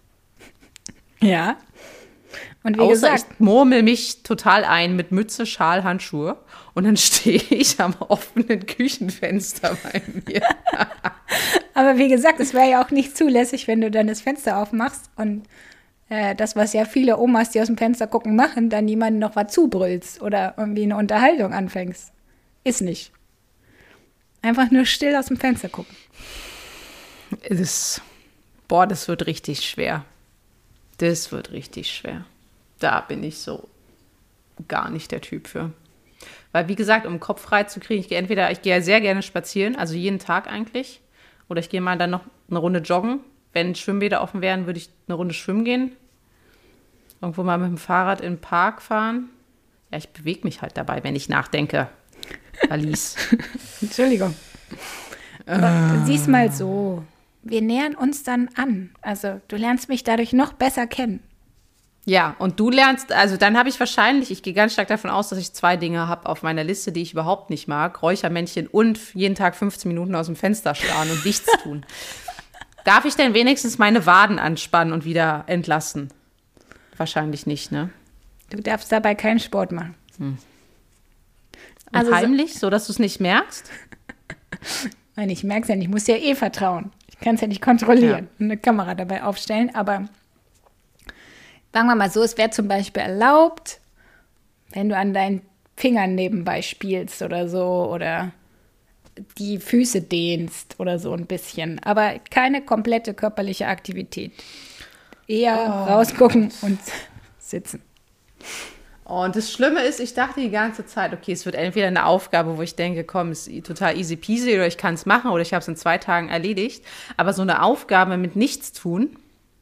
Ja. Und wie Außer gesagt, ich murmel mich total ein mit Mütze, Schal, Handschuhe und dann stehe ich am offenen Küchenfenster bei mir. aber wie gesagt, es wäre ja auch nicht zulässig, wenn du dann das Fenster aufmachst und äh, das, was ja viele Omas, die aus dem Fenster gucken, machen, dann jemanden noch was zubrüllst oder irgendwie eine Unterhaltung anfängst. Ist nicht. Einfach nur still aus dem Fenster gucken. Das, boah, das wird richtig schwer. Das wird richtig schwer. Da bin ich so gar nicht der Typ für. Weil, wie gesagt, um den Kopf frei zu kriegen, ich gehe entweder, ich gehe sehr gerne spazieren, also jeden Tag eigentlich, oder ich gehe mal dann noch eine Runde joggen. Wenn Schwimmbäder offen wären, würde ich eine Runde schwimmen gehen. Irgendwo mal mit dem Fahrrad in den Park fahren. Ja, ich bewege mich halt dabei, wenn ich nachdenke. Alice. Entschuldigung. Aber sieh's mal so. Wir nähern uns dann an. Also du lernst mich dadurch noch besser kennen. Ja, und du lernst, also dann habe ich wahrscheinlich, ich gehe ganz stark davon aus, dass ich zwei Dinge habe auf meiner Liste, die ich überhaupt nicht mag. Räuchermännchen und jeden Tag fünfzehn Minuten aus dem Fenster starren und nichts tun. Darf ich denn wenigstens meine Waden anspannen und wieder entlassen? Wahrscheinlich nicht, ne? Du darfst dabei keinen Sport machen. Hm. Und Also so- heimlich, so dass du es nicht merkst? Nein, ich merke es ja nicht, ich muss dir ja eh vertrauen. Ich kann es ja nicht kontrollieren und eine Kamera dabei aufstellen, aber sagen wir mal so, es wäre zum Beispiel erlaubt, wenn du an deinen Fingern nebenbei spielst oder so oder die Füße dehnst oder so ein bisschen, aber keine komplette körperliche Aktivität. Eher rausgucken und sitzen. Und das Schlimme ist, ich dachte die ganze Zeit, okay, es wird entweder eine Aufgabe, wo ich denke, komm, ist total easy peasy oder ich kann es machen oder ich habe es in zwei Tagen erledigt. Aber so eine Aufgabe mit nichts tun,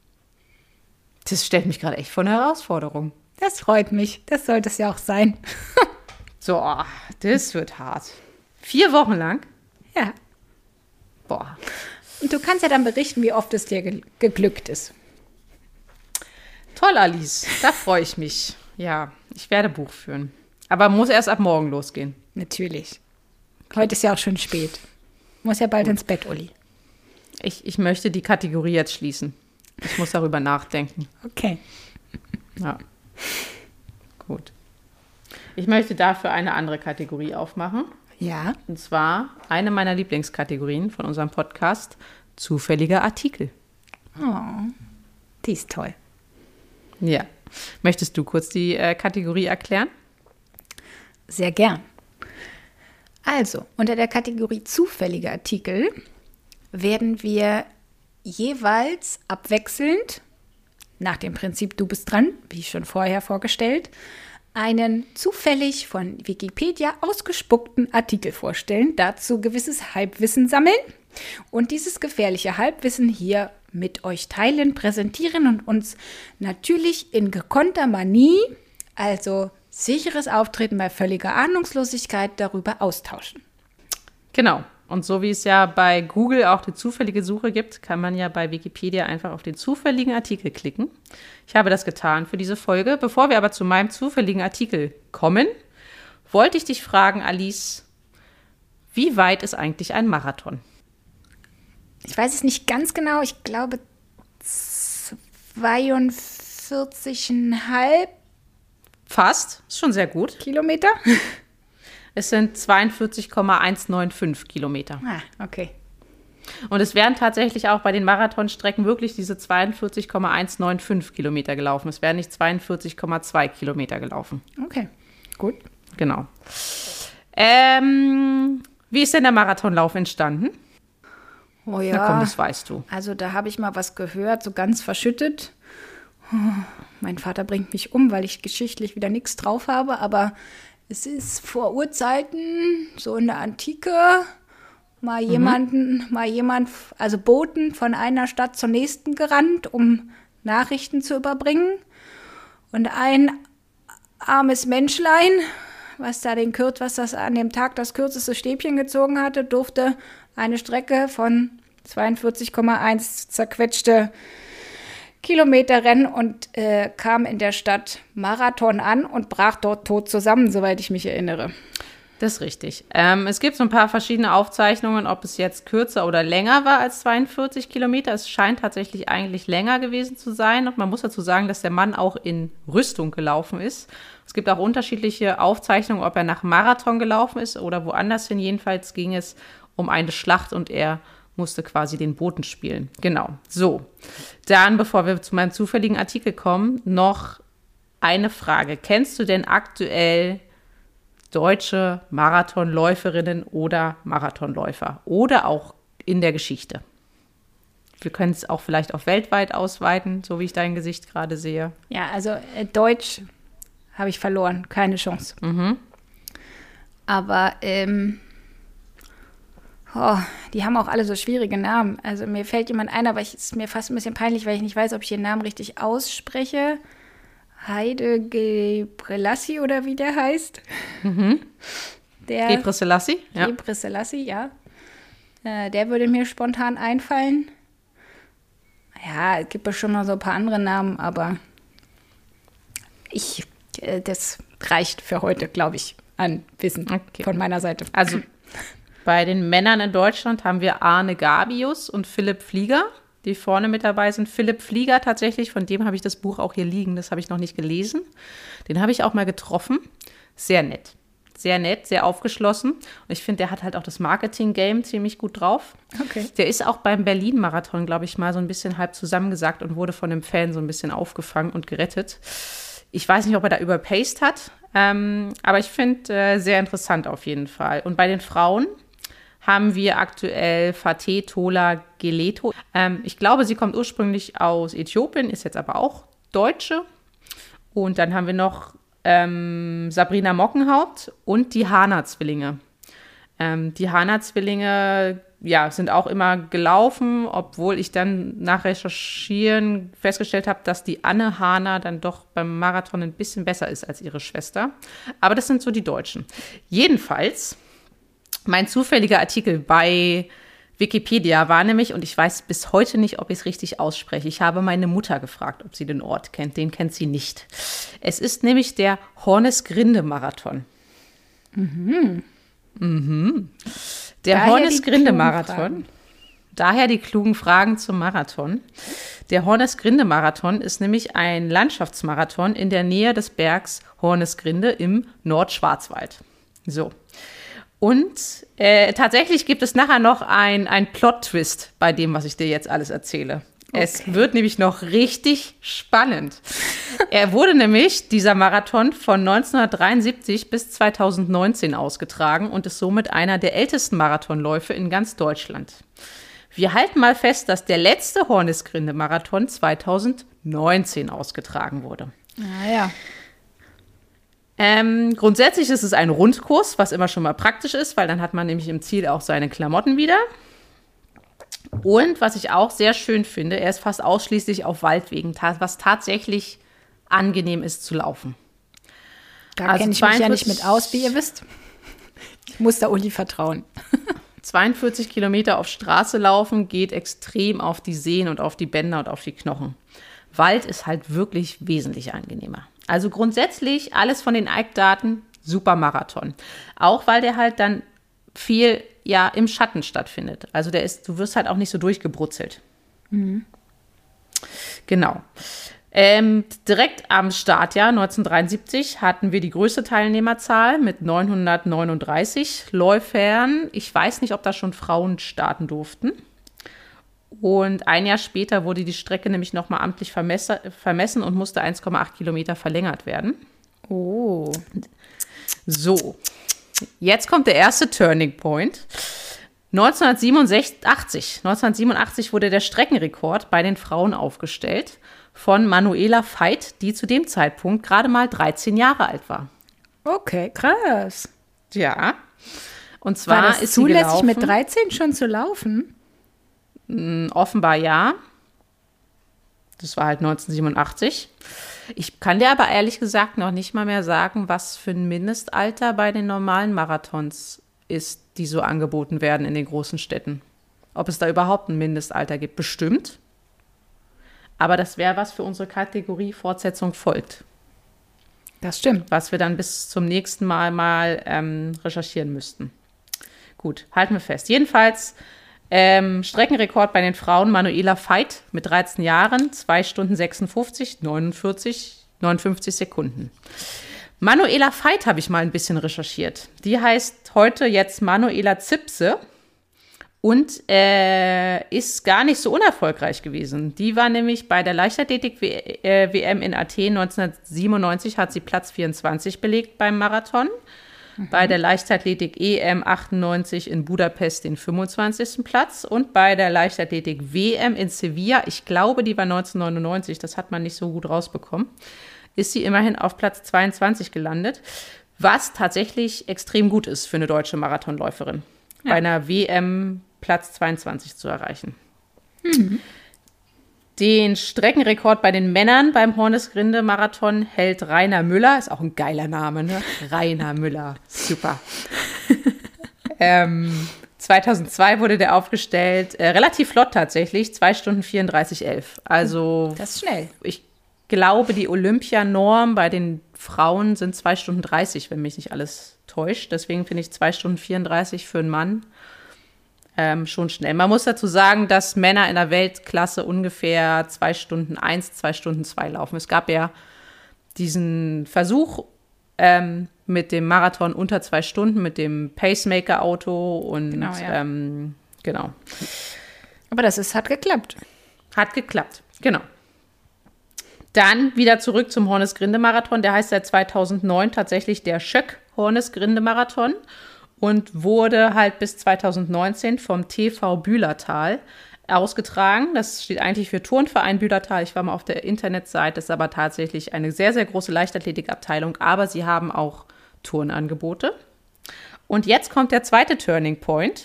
das stellt mich gerade echt vor eine Herausforderung. Das freut mich. Das sollte es ja auch sein. So, oh, das wird hart. Vier Wochen lang? Ja. Boah. Und du kannst ja dann berichten, wie oft es dir ge- geglückt ist. Toll, Alice. Da freue ich mich. Ja, ich werde Buch führen. Aber muss erst ab morgen losgehen. Natürlich. Heute ist ja auch schon spät. Muss ja bald ins Bett, Uli. Ich, ich möchte die Kategorie jetzt schließen. Ich muss darüber nachdenken. Okay. Ja. Gut. Ich möchte dafür eine andere Kategorie aufmachen. Ja. Und zwar eine meiner Lieblingskategorien von unserem Podcast, zufällige Artikel. Oh, die ist toll. Ja. Möchtest du kurz die äh, Kategorie erklären? Sehr gern. Also, unter der Kategorie zufällige Artikel werden wir jeweils abwechselnd, nach dem Prinzip du bist dran, wie schon vorher vorgestellt, einen zufällig von Wikipedia ausgespuckten Artikel vorstellen, dazu gewisses Halbwissen sammeln und dieses gefährliche Halbwissen hier mit euch teilen, präsentieren und uns natürlich in gekonnter Manie, also sicheres Auftreten bei völliger Ahnungslosigkeit, darüber austauschen. Genau. Und so wie es ja bei Google auch die zufällige Suche gibt, kann man ja bei Wikipedia einfach auf den zufälligen Artikel klicken. Ich habe das getan für diese Folge. Bevor wir aber zu meinem zufälligen Artikel kommen, wollte ich dich fragen, Alice, wie weit ist eigentlich ein Marathon? Ich weiß es nicht ganz genau, ich glaube zweiundvierzig Komma fünf Fast, ist schon sehr gut. Kilometer. Es sind zweiundvierzig Komma hundertfünfundneunzig Kilometer. Ah, okay. Und es wären tatsächlich auch bei den Marathonstrecken wirklich diese zweiundvierzig Komma hundertfünfundneunzig Kilometer gelaufen. Es wären nicht zweiundvierzig Komma zwei Kilometer gelaufen. Okay, gut. Genau. Ähm, wie ist denn der Marathonlauf entstanden? Oh ja. Na komm, das weißt du. Also da habe ich mal was gehört, so ganz verschüttet. Mein Vater bringt mich um, weil ich geschichtlich wieder nichts drauf habe, aber es ist vor Urzeiten, so in der Antike, mal jemanden, mhm. mal jemand, also Boten von einer Stadt zur nächsten gerannt, um Nachrichten zu überbringen. Und ein armes Menschlein, was da den Kürz, was das an dem Tag das kürzeste Stäbchen gezogen hatte, durfte eine Strecke von zweiundvierzig Komma eins zerquetschte Kilometer rennen und äh, kam in der Stadt Marathon an und brach dort tot zusammen, soweit ich mich erinnere. Das ist richtig. Ähm, es gibt so ein paar verschiedene Aufzeichnungen, ob es jetzt kürzer oder länger war als zweiundvierzig Kilometer. Es scheint tatsächlich eigentlich länger gewesen zu sein. Und man muss dazu sagen, dass der Mann auch in Rüstung gelaufen ist. Es gibt auch unterschiedliche Aufzeichnungen, ob er nach Marathon gelaufen ist oder woanders hin. Jedenfalls ging es um eine Schlacht und er musste quasi den Boten spielen. Genau. So, dann, bevor wir zu meinem zufälligen Artikel kommen, noch eine Frage. Kennst du denn aktuell deutsche Marathonläuferinnen oder Marathonläufer oder auch in der Geschichte? Wir können es auch vielleicht auf weltweit ausweiten, so wie ich dein Gesicht gerade sehe. Ja, also äh, Deutsch habe ich verloren, keine Chance. Mhm. Aber ähm, oh, die haben auch alle so schwierige Namen. Also mir fällt jemand ein, aber es ist mir fast ein bisschen peinlich, weil ich nicht weiß, ob ich den Namen richtig ausspreche. Haile Gebrselassie oder wie der heißt. Mhm. Der Gebrselassie, ja. Gebrselassie, ja. Äh, der würde mir spontan einfallen. Ja, es gibt bestimmt noch so ein paar andere Namen, aber ich, äh, das reicht für heute, glaube ich, an Wissen Okay. von meiner Seite. Also bei den Männern in Deutschland haben wir Arne Gabius und Philipp Flieger, die vorne mit dabei sind. Philipp Flieger tatsächlich, von dem habe ich das Buch auch hier liegen, das habe ich noch nicht gelesen. Den habe ich auch mal getroffen. Sehr nett. sehr nett, sehr aufgeschlossen. Und ich finde, der hat halt auch das Marketing-Game ziemlich gut drauf. Okay. Der ist auch beim Berlin-Marathon, glaube ich, mal so ein bisschen halb zusammengesackt und wurde von einem Fan so ein bisschen aufgefangen und gerettet. Ich weiß nicht, ob er da überpaced hat, ähm, aber ich finde äh, sehr interessant auf jeden Fall. Und bei den Frauen haben wir aktuell Fateh Tola Geleto. Ähm, ich glaube, sie kommt ursprünglich aus Äthiopien, ist jetzt aber auch Deutsche. Und dann haben wir noch ähm, Sabrina Mockenhaupt und die Hana-Zwillinge. Ähm, die Hana-Zwillinge, ja, sind auch immer gelaufen, obwohl ich dann nach Recherchieren festgestellt habe, dass die Anne Hana dann doch beim Marathon ein bisschen besser ist als ihre Schwester. Aber das sind so die Deutschen. Jedenfalls, mein zufälliger Artikel bei Wikipedia war nämlich, und ich weiß bis heute nicht, ob ich es richtig ausspreche, ich habe meine Mutter gefragt, ob sie den Ort kennt. Den kennt sie nicht. Es ist nämlich der Hornesgrinde-Marathon. Mhm. Mhm. Der Hornesgrinde-Marathon. Daher die klugen Fragen zum Marathon. Der Hornesgrinde-Marathon ist nämlich ein Landschaftsmarathon in der Nähe des Bergs Hornesgrinde im Nordschwarzwald. So. Und äh, tatsächlich gibt es nachher noch ein, ein Plot-Twist bei dem, was ich dir jetzt alles erzähle. Okay. Es wird nämlich noch richtig spannend. Er wurde nämlich, dieser Marathon, von neunzehnhundertdreiundsiebzig bis zweitausendneunzehn ausgetragen und ist somit einer der ältesten Marathonläufe in ganz Deutschland. Wir halten mal fest, dass der letzte Hornesgrinde-Marathon zweitausendneunzehn ausgetragen wurde. Naja. Ähm, grundsätzlich ist es ein Rundkurs, was immer schon mal praktisch ist, weil dann hat man nämlich im Ziel auch seine Klamotten wieder. Und was ich auch sehr schön finde, er ist fast ausschließlich auf Waldwegen, was tatsächlich angenehm ist zu laufen. Da also kenne ich mich ja nicht mit aus, wie ihr wisst. Ich muss da Uli vertrauen. zweiundvierzig Kilometer auf Straße laufen geht extrem auf die Sehnen und auf die Bänder und auf die Knochen. Wald ist halt wirklich wesentlich angenehmer. Also grundsätzlich alles von den Eckdaten super Marathon. Auch weil der halt dann viel ja im Schatten stattfindet. Also der ist, du wirst halt auch nicht so durchgebrutzelt. Mhm. Genau. Ähm, direkt am Startjahr neunzehnhundertdreiundsiebzig hatten wir die größte Teilnehmerzahl mit neunhundertneununddreißig Läufern. Ich weiß nicht, ob da schon Frauen starten durften. Und ein Jahr später wurde die Strecke nämlich nochmal amtlich vermesse, vermessen und musste eins Komma acht Kilometer verlängert werden. Oh. So, jetzt kommt der erste Turning Point. neunzehnhundertsiebenundachtzig, neunzehnhundertsiebenundachtzig wurde der Streckenrekord bei den Frauen aufgestellt von Manuela Veit, die zu dem Zeitpunkt gerade mal dreizehn Jahre alt war. Okay, krass. Ja. Und zwar war das ist zulässig, sie gelaufen, mit dreizehn schon zu laufen? Offenbar ja. Das war halt neunzehnhundertsiebenundachtzig. Ich kann dir aber ehrlich gesagt noch nicht mal mehr sagen, was für ein Mindestalter bei den normalen Marathons ist, die so angeboten werden in den großen Städten. Ob es da überhaupt ein Mindestalter gibt. Bestimmt. Aber das wäre was für unsere Kategorie Fortsetzung folgt. Das stimmt. Was wir dann bis zum nächsten Mal mal ähm, recherchieren müssten. Gut, halten wir fest. Jedenfalls Ähm, Streckenrekord bei den Frauen, Manuela Veit mit dreizehn Jahren, zwei Stunden sechsundfünfzig, neunundvierzig, neunundfünfzig Sekunden. Manuela Veit habe ich mal ein bisschen recherchiert. Die heißt heute jetzt Manuela Zipse und äh, ist gar nicht so unerfolgreich gewesen. Die war nämlich bei der Leichtathletik-W M in Athen neunzehnhundertsiebenundneunzig, hat sie Platz vierundzwanzig belegt beim Marathon. Bei der Leichtathletik-E M achtundneunzig in Budapest den fünfundzwanzigsten Platz und bei der Leichtathletik-W M in Sevilla, ich glaube, die war neunzehnhundertneunundneunzig, das hat man nicht so gut rausbekommen, ist sie immerhin auf Platz zweiundzwanzig gelandet, was tatsächlich extrem gut ist für eine deutsche Marathonläuferin, ja. Bei einer W M Platz zweiundzwanzig zu erreichen. Mhm. Den Streckenrekord bei den Männern beim Hornesgrinde-Marathon hält Rainer Müller. Ist auch ein geiler Name, ne? Rainer Müller. Super. ähm, zweitausendzwei wurde der aufgestellt. Äh, relativ flott tatsächlich. zwei Stunden vierunddreißig elf. Also, das ist schnell. Ich glaube, die Olympianorm bei den Frauen sind zwei Stunden dreißig, wenn mich nicht alles täuscht. Deswegen finde ich zwei Stunden vierunddreißig für einen Mann Ähm, schon schnell. Man muss dazu sagen, dass Männer in der Weltklasse ungefähr zwei Stunden eins, zwei Stunden zwei laufen. Es gab ja diesen Versuch, ähm, mit dem Marathon unter zwei Stunden, mit dem Pacemaker-Auto und Genau, ja. ähm, genau. Aber das ist, hat geklappt. Hat geklappt, genau. Dann wieder zurück zum Hornesgrinde-Marathon. Der heißt seit zweitausendneun tatsächlich der Schöck-Hornesgrinde-Marathon und wurde halt bis zweitausendneunzehn vom T V Bühlertal ausgetragen. Das steht eigentlich für Turnverein Bühlertal. Ich war mal auf der Internetseite, ist aber tatsächlich eine sehr, sehr große Leichtathletikabteilung, aber sie haben auch Turnangebote. Und jetzt kommt der zweite Turning Point.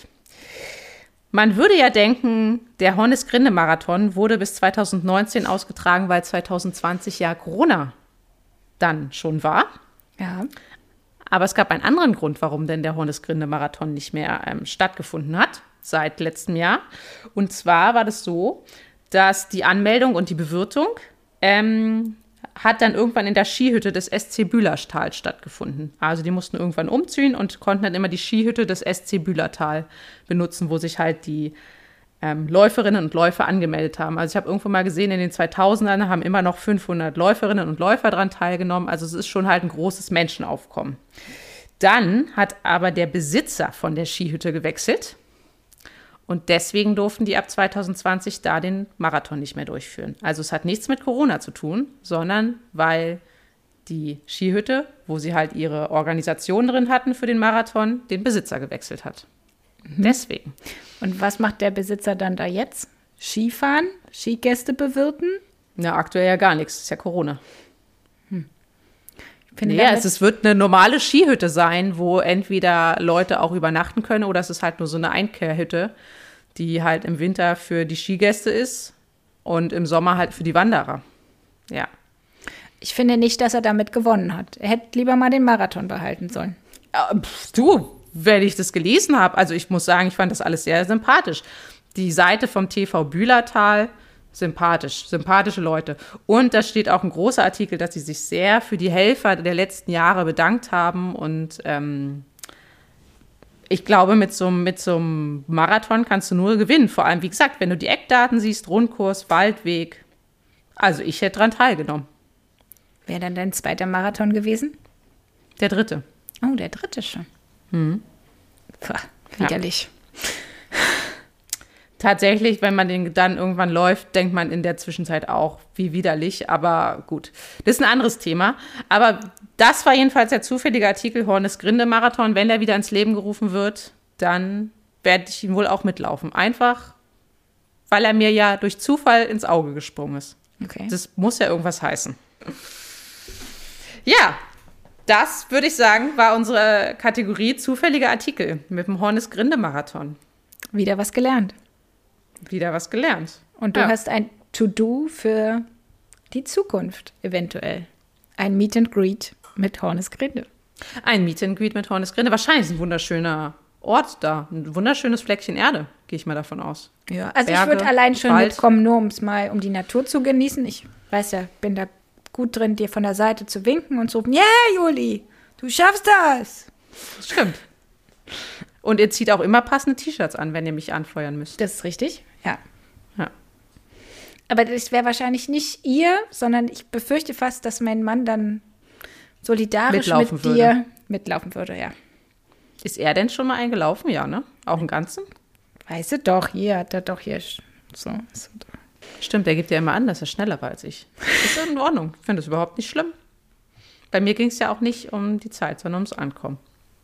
Man würde ja denken, der Hornesgrinde-Marathon wurde bis zweitausendneunzehn ausgetragen, weil zweitausendzwanzig ja Corona dann schon war. Ja. Aber es gab einen anderen Grund, warum denn der Hornesgrinde-Marathon nicht mehr ähm, stattgefunden hat, seit letztem Jahr. Und zwar war das so, dass die Anmeldung und die Bewirtung ähm, hat dann irgendwann in der Skihütte des S C Bühlertal stattgefunden. Also die mussten irgendwann umziehen und konnten dann immer die Skihütte des S C Bühlertal benutzen, wo sich halt die ähm, Läuferinnen und Läufer angemeldet haben. Also ich habe irgendwo mal gesehen, in den zweitausendern haben immer noch fünfhundert Läuferinnen und Läufer daran teilgenommen. Also es ist schon halt ein großes Menschenaufkommen. Dann hat aber der Besitzer von der Skihütte gewechselt. Und deswegen durften die ab zweitausendzwanzig da den Marathon nicht mehr durchführen. Also es hat nichts mit Corona zu tun, sondern weil die Skihütte, wo sie halt ihre Organisation drin hatten für den Marathon, den Besitzer gewechselt hat. Mhm. Deswegen. Und was macht der Besitzer dann da jetzt? Skifahren? Skigäste bewirten? Na, aktuell ja gar nichts. Ist ja Corona. Hm. Ich finde, naja, es, es wird eine normale Skihütte sein, wo entweder Leute auch übernachten können oder es ist halt nur so eine Einkehrhütte, die halt im Winter für die Skigäste ist und im Sommer halt für die Wanderer. Ja. Ich finde nicht, dass er damit gewonnen hat. Er hätte lieber mal den Marathon behalten sollen. Äh, pf, du, wenn ich das gelesen habe, also ich muss sagen, ich fand das alles sehr sympathisch. Die Seite vom T V Bühlertal, sympathisch, sympathische Leute. Und da steht auch ein großer Artikel, dass sie sich sehr für die Helfer der letzten Jahre bedankt haben. Und ähm, ich glaube, mit so, mit so einem Marathon kannst du nur gewinnen. Vor allem, wie gesagt, wenn du die Eckdaten siehst, Rundkurs, Waldweg. Also ich hätte dran teilgenommen. Wäre dann dein zweiter Marathon gewesen? Der dritte. Oh, der dritte schon. Mhm. Puh, widerlich. Ja. Tatsächlich, wenn man den dann irgendwann läuft, denkt man in der Zwischenzeit auch, wie widerlich. Aber gut, das ist ein anderes Thema. Aber das war jedenfalls der zufällige Artikel Hornesgrinde-Marathon. Wenn der wieder ins Leben gerufen wird, dann werde ich ihn wohl auch mitlaufen. Einfach, weil er mir ja durch Zufall ins Auge gesprungen ist. Okay. Das muss ja irgendwas heißen. Ja, das würde ich sagen, war unsere Kategorie zufällige Artikel mit dem Hornesgrinde-Marathon. Wieder was gelernt. Wieder was gelernt. Und du ja. hast ein To-Do für die Zukunft eventuell. Ein Meet and Greet mit Hornesgrinde. Ein Meet and Greet mit Hornesgrinde. Wahrscheinlich ist ein wunderschöner Ort da. Ein wunderschönes Fleckchen Erde, gehe ich mal davon aus. Ja, also Berge, ich würde allein schon Wald. mitkommen, nur um es mal, um die Natur zu genießen. Ich weiß ja, bin da gut drin, dir von der Seite zu winken und zu rufen, yeah, Juli, du schaffst das. Das stimmt. Und ihr zieht auch immer passende T-Shirts an, wenn ihr mich anfeuern müsst. Das ist richtig, ja. Ja. Aber das wäre wahrscheinlich nicht ihr, sondern ich befürchte fast, dass mein Mann dann solidarisch Mitlaufen mit würde. dir mitlaufen würde, ja. Ist er denn schon mal eingelaufen? Ja, ne? Auch im Ganzen? Weißt du doch, hier hat er doch hier so. so. Stimmt, er gibt ja immer an, dass er schneller war als ich. Das ist in Ordnung. Ich finde das überhaupt nicht schlimm. Bei mir ging es ja auch nicht um die Zeit, sondern ums Ankommen.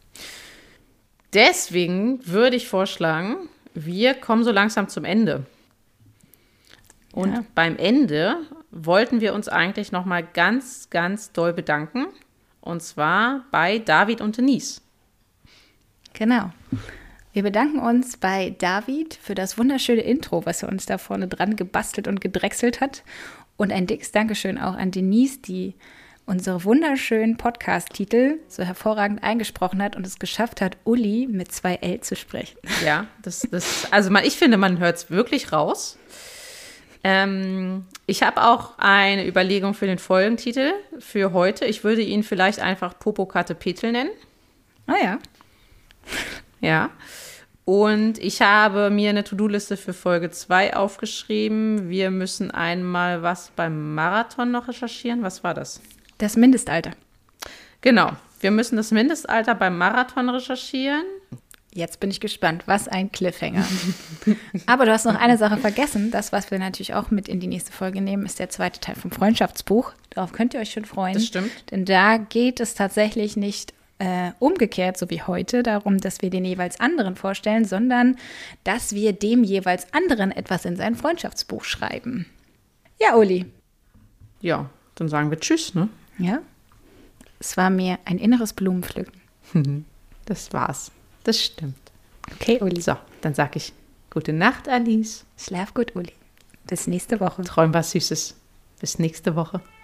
Deswegen würde ich vorschlagen, wir kommen so langsam zum Ende. Und Ja. beim Ende wollten wir uns eigentlich noch mal ganz, ganz doll bedanken. Und zwar bei David und Denise. Genau. Wir bedanken uns bei David für das wunderschöne Intro, was er uns da vorne dran gebastelt und gedrechselt hat. Und ein dickes Dankeschön auch an Denise, die unsere wunderschönen Podcast-Titel so hervorragend eingesprochen hat und es geschafft hat, Uli mit zwei L zu sprechen. Ja, das, das, also man, ich finde, man hört es wirklich raus. Ähm, ich habe auch eine Überlegung für den Folgentitel für heute. Ich würde ihn vielleicht einfach Popokatte Petel nennen. Ah ja. Ja. Und ich habe mir eine To-Do-Liste für Folge zwei aufgeschrieben. Wir müssen einmal was beim Marathon noch recherchieren. Was war das? Das Mindestalter. Genau. Wir müssen das Mindestalter beim Marathon recherchieren. Jetzt bin ich gespannt. Was ein Cliffhanger. Aber du hast noch eine Sache vergessen. Das, was wir natürlich auch mit in die nächste Folge nehmen, ist der zweite Teil vom Freundschaftsbuch. Darauf könnt ihr euch schon freuen. Das stimmt. Denn da geht es tatsächlich nicht äh, umgekehrt, so wie heute, darum, dass wir den jeweils anderen vorstellen, sondern dass wir dem jeweils anderen etwas in sein Freundschaftsbuch schreiben. Ja, Uli. Ja, dann sagen wir Tschüss, ne? Ja. Es war mir ein inneres Blumenpflücken. Das war's. Das stimmt. Okay, Uli. So, dann sag ich gute Nacht, Alice. Schlaf gut, Uli. Bis nächste Woche. Träum was Süßes. Bis nächste Woche.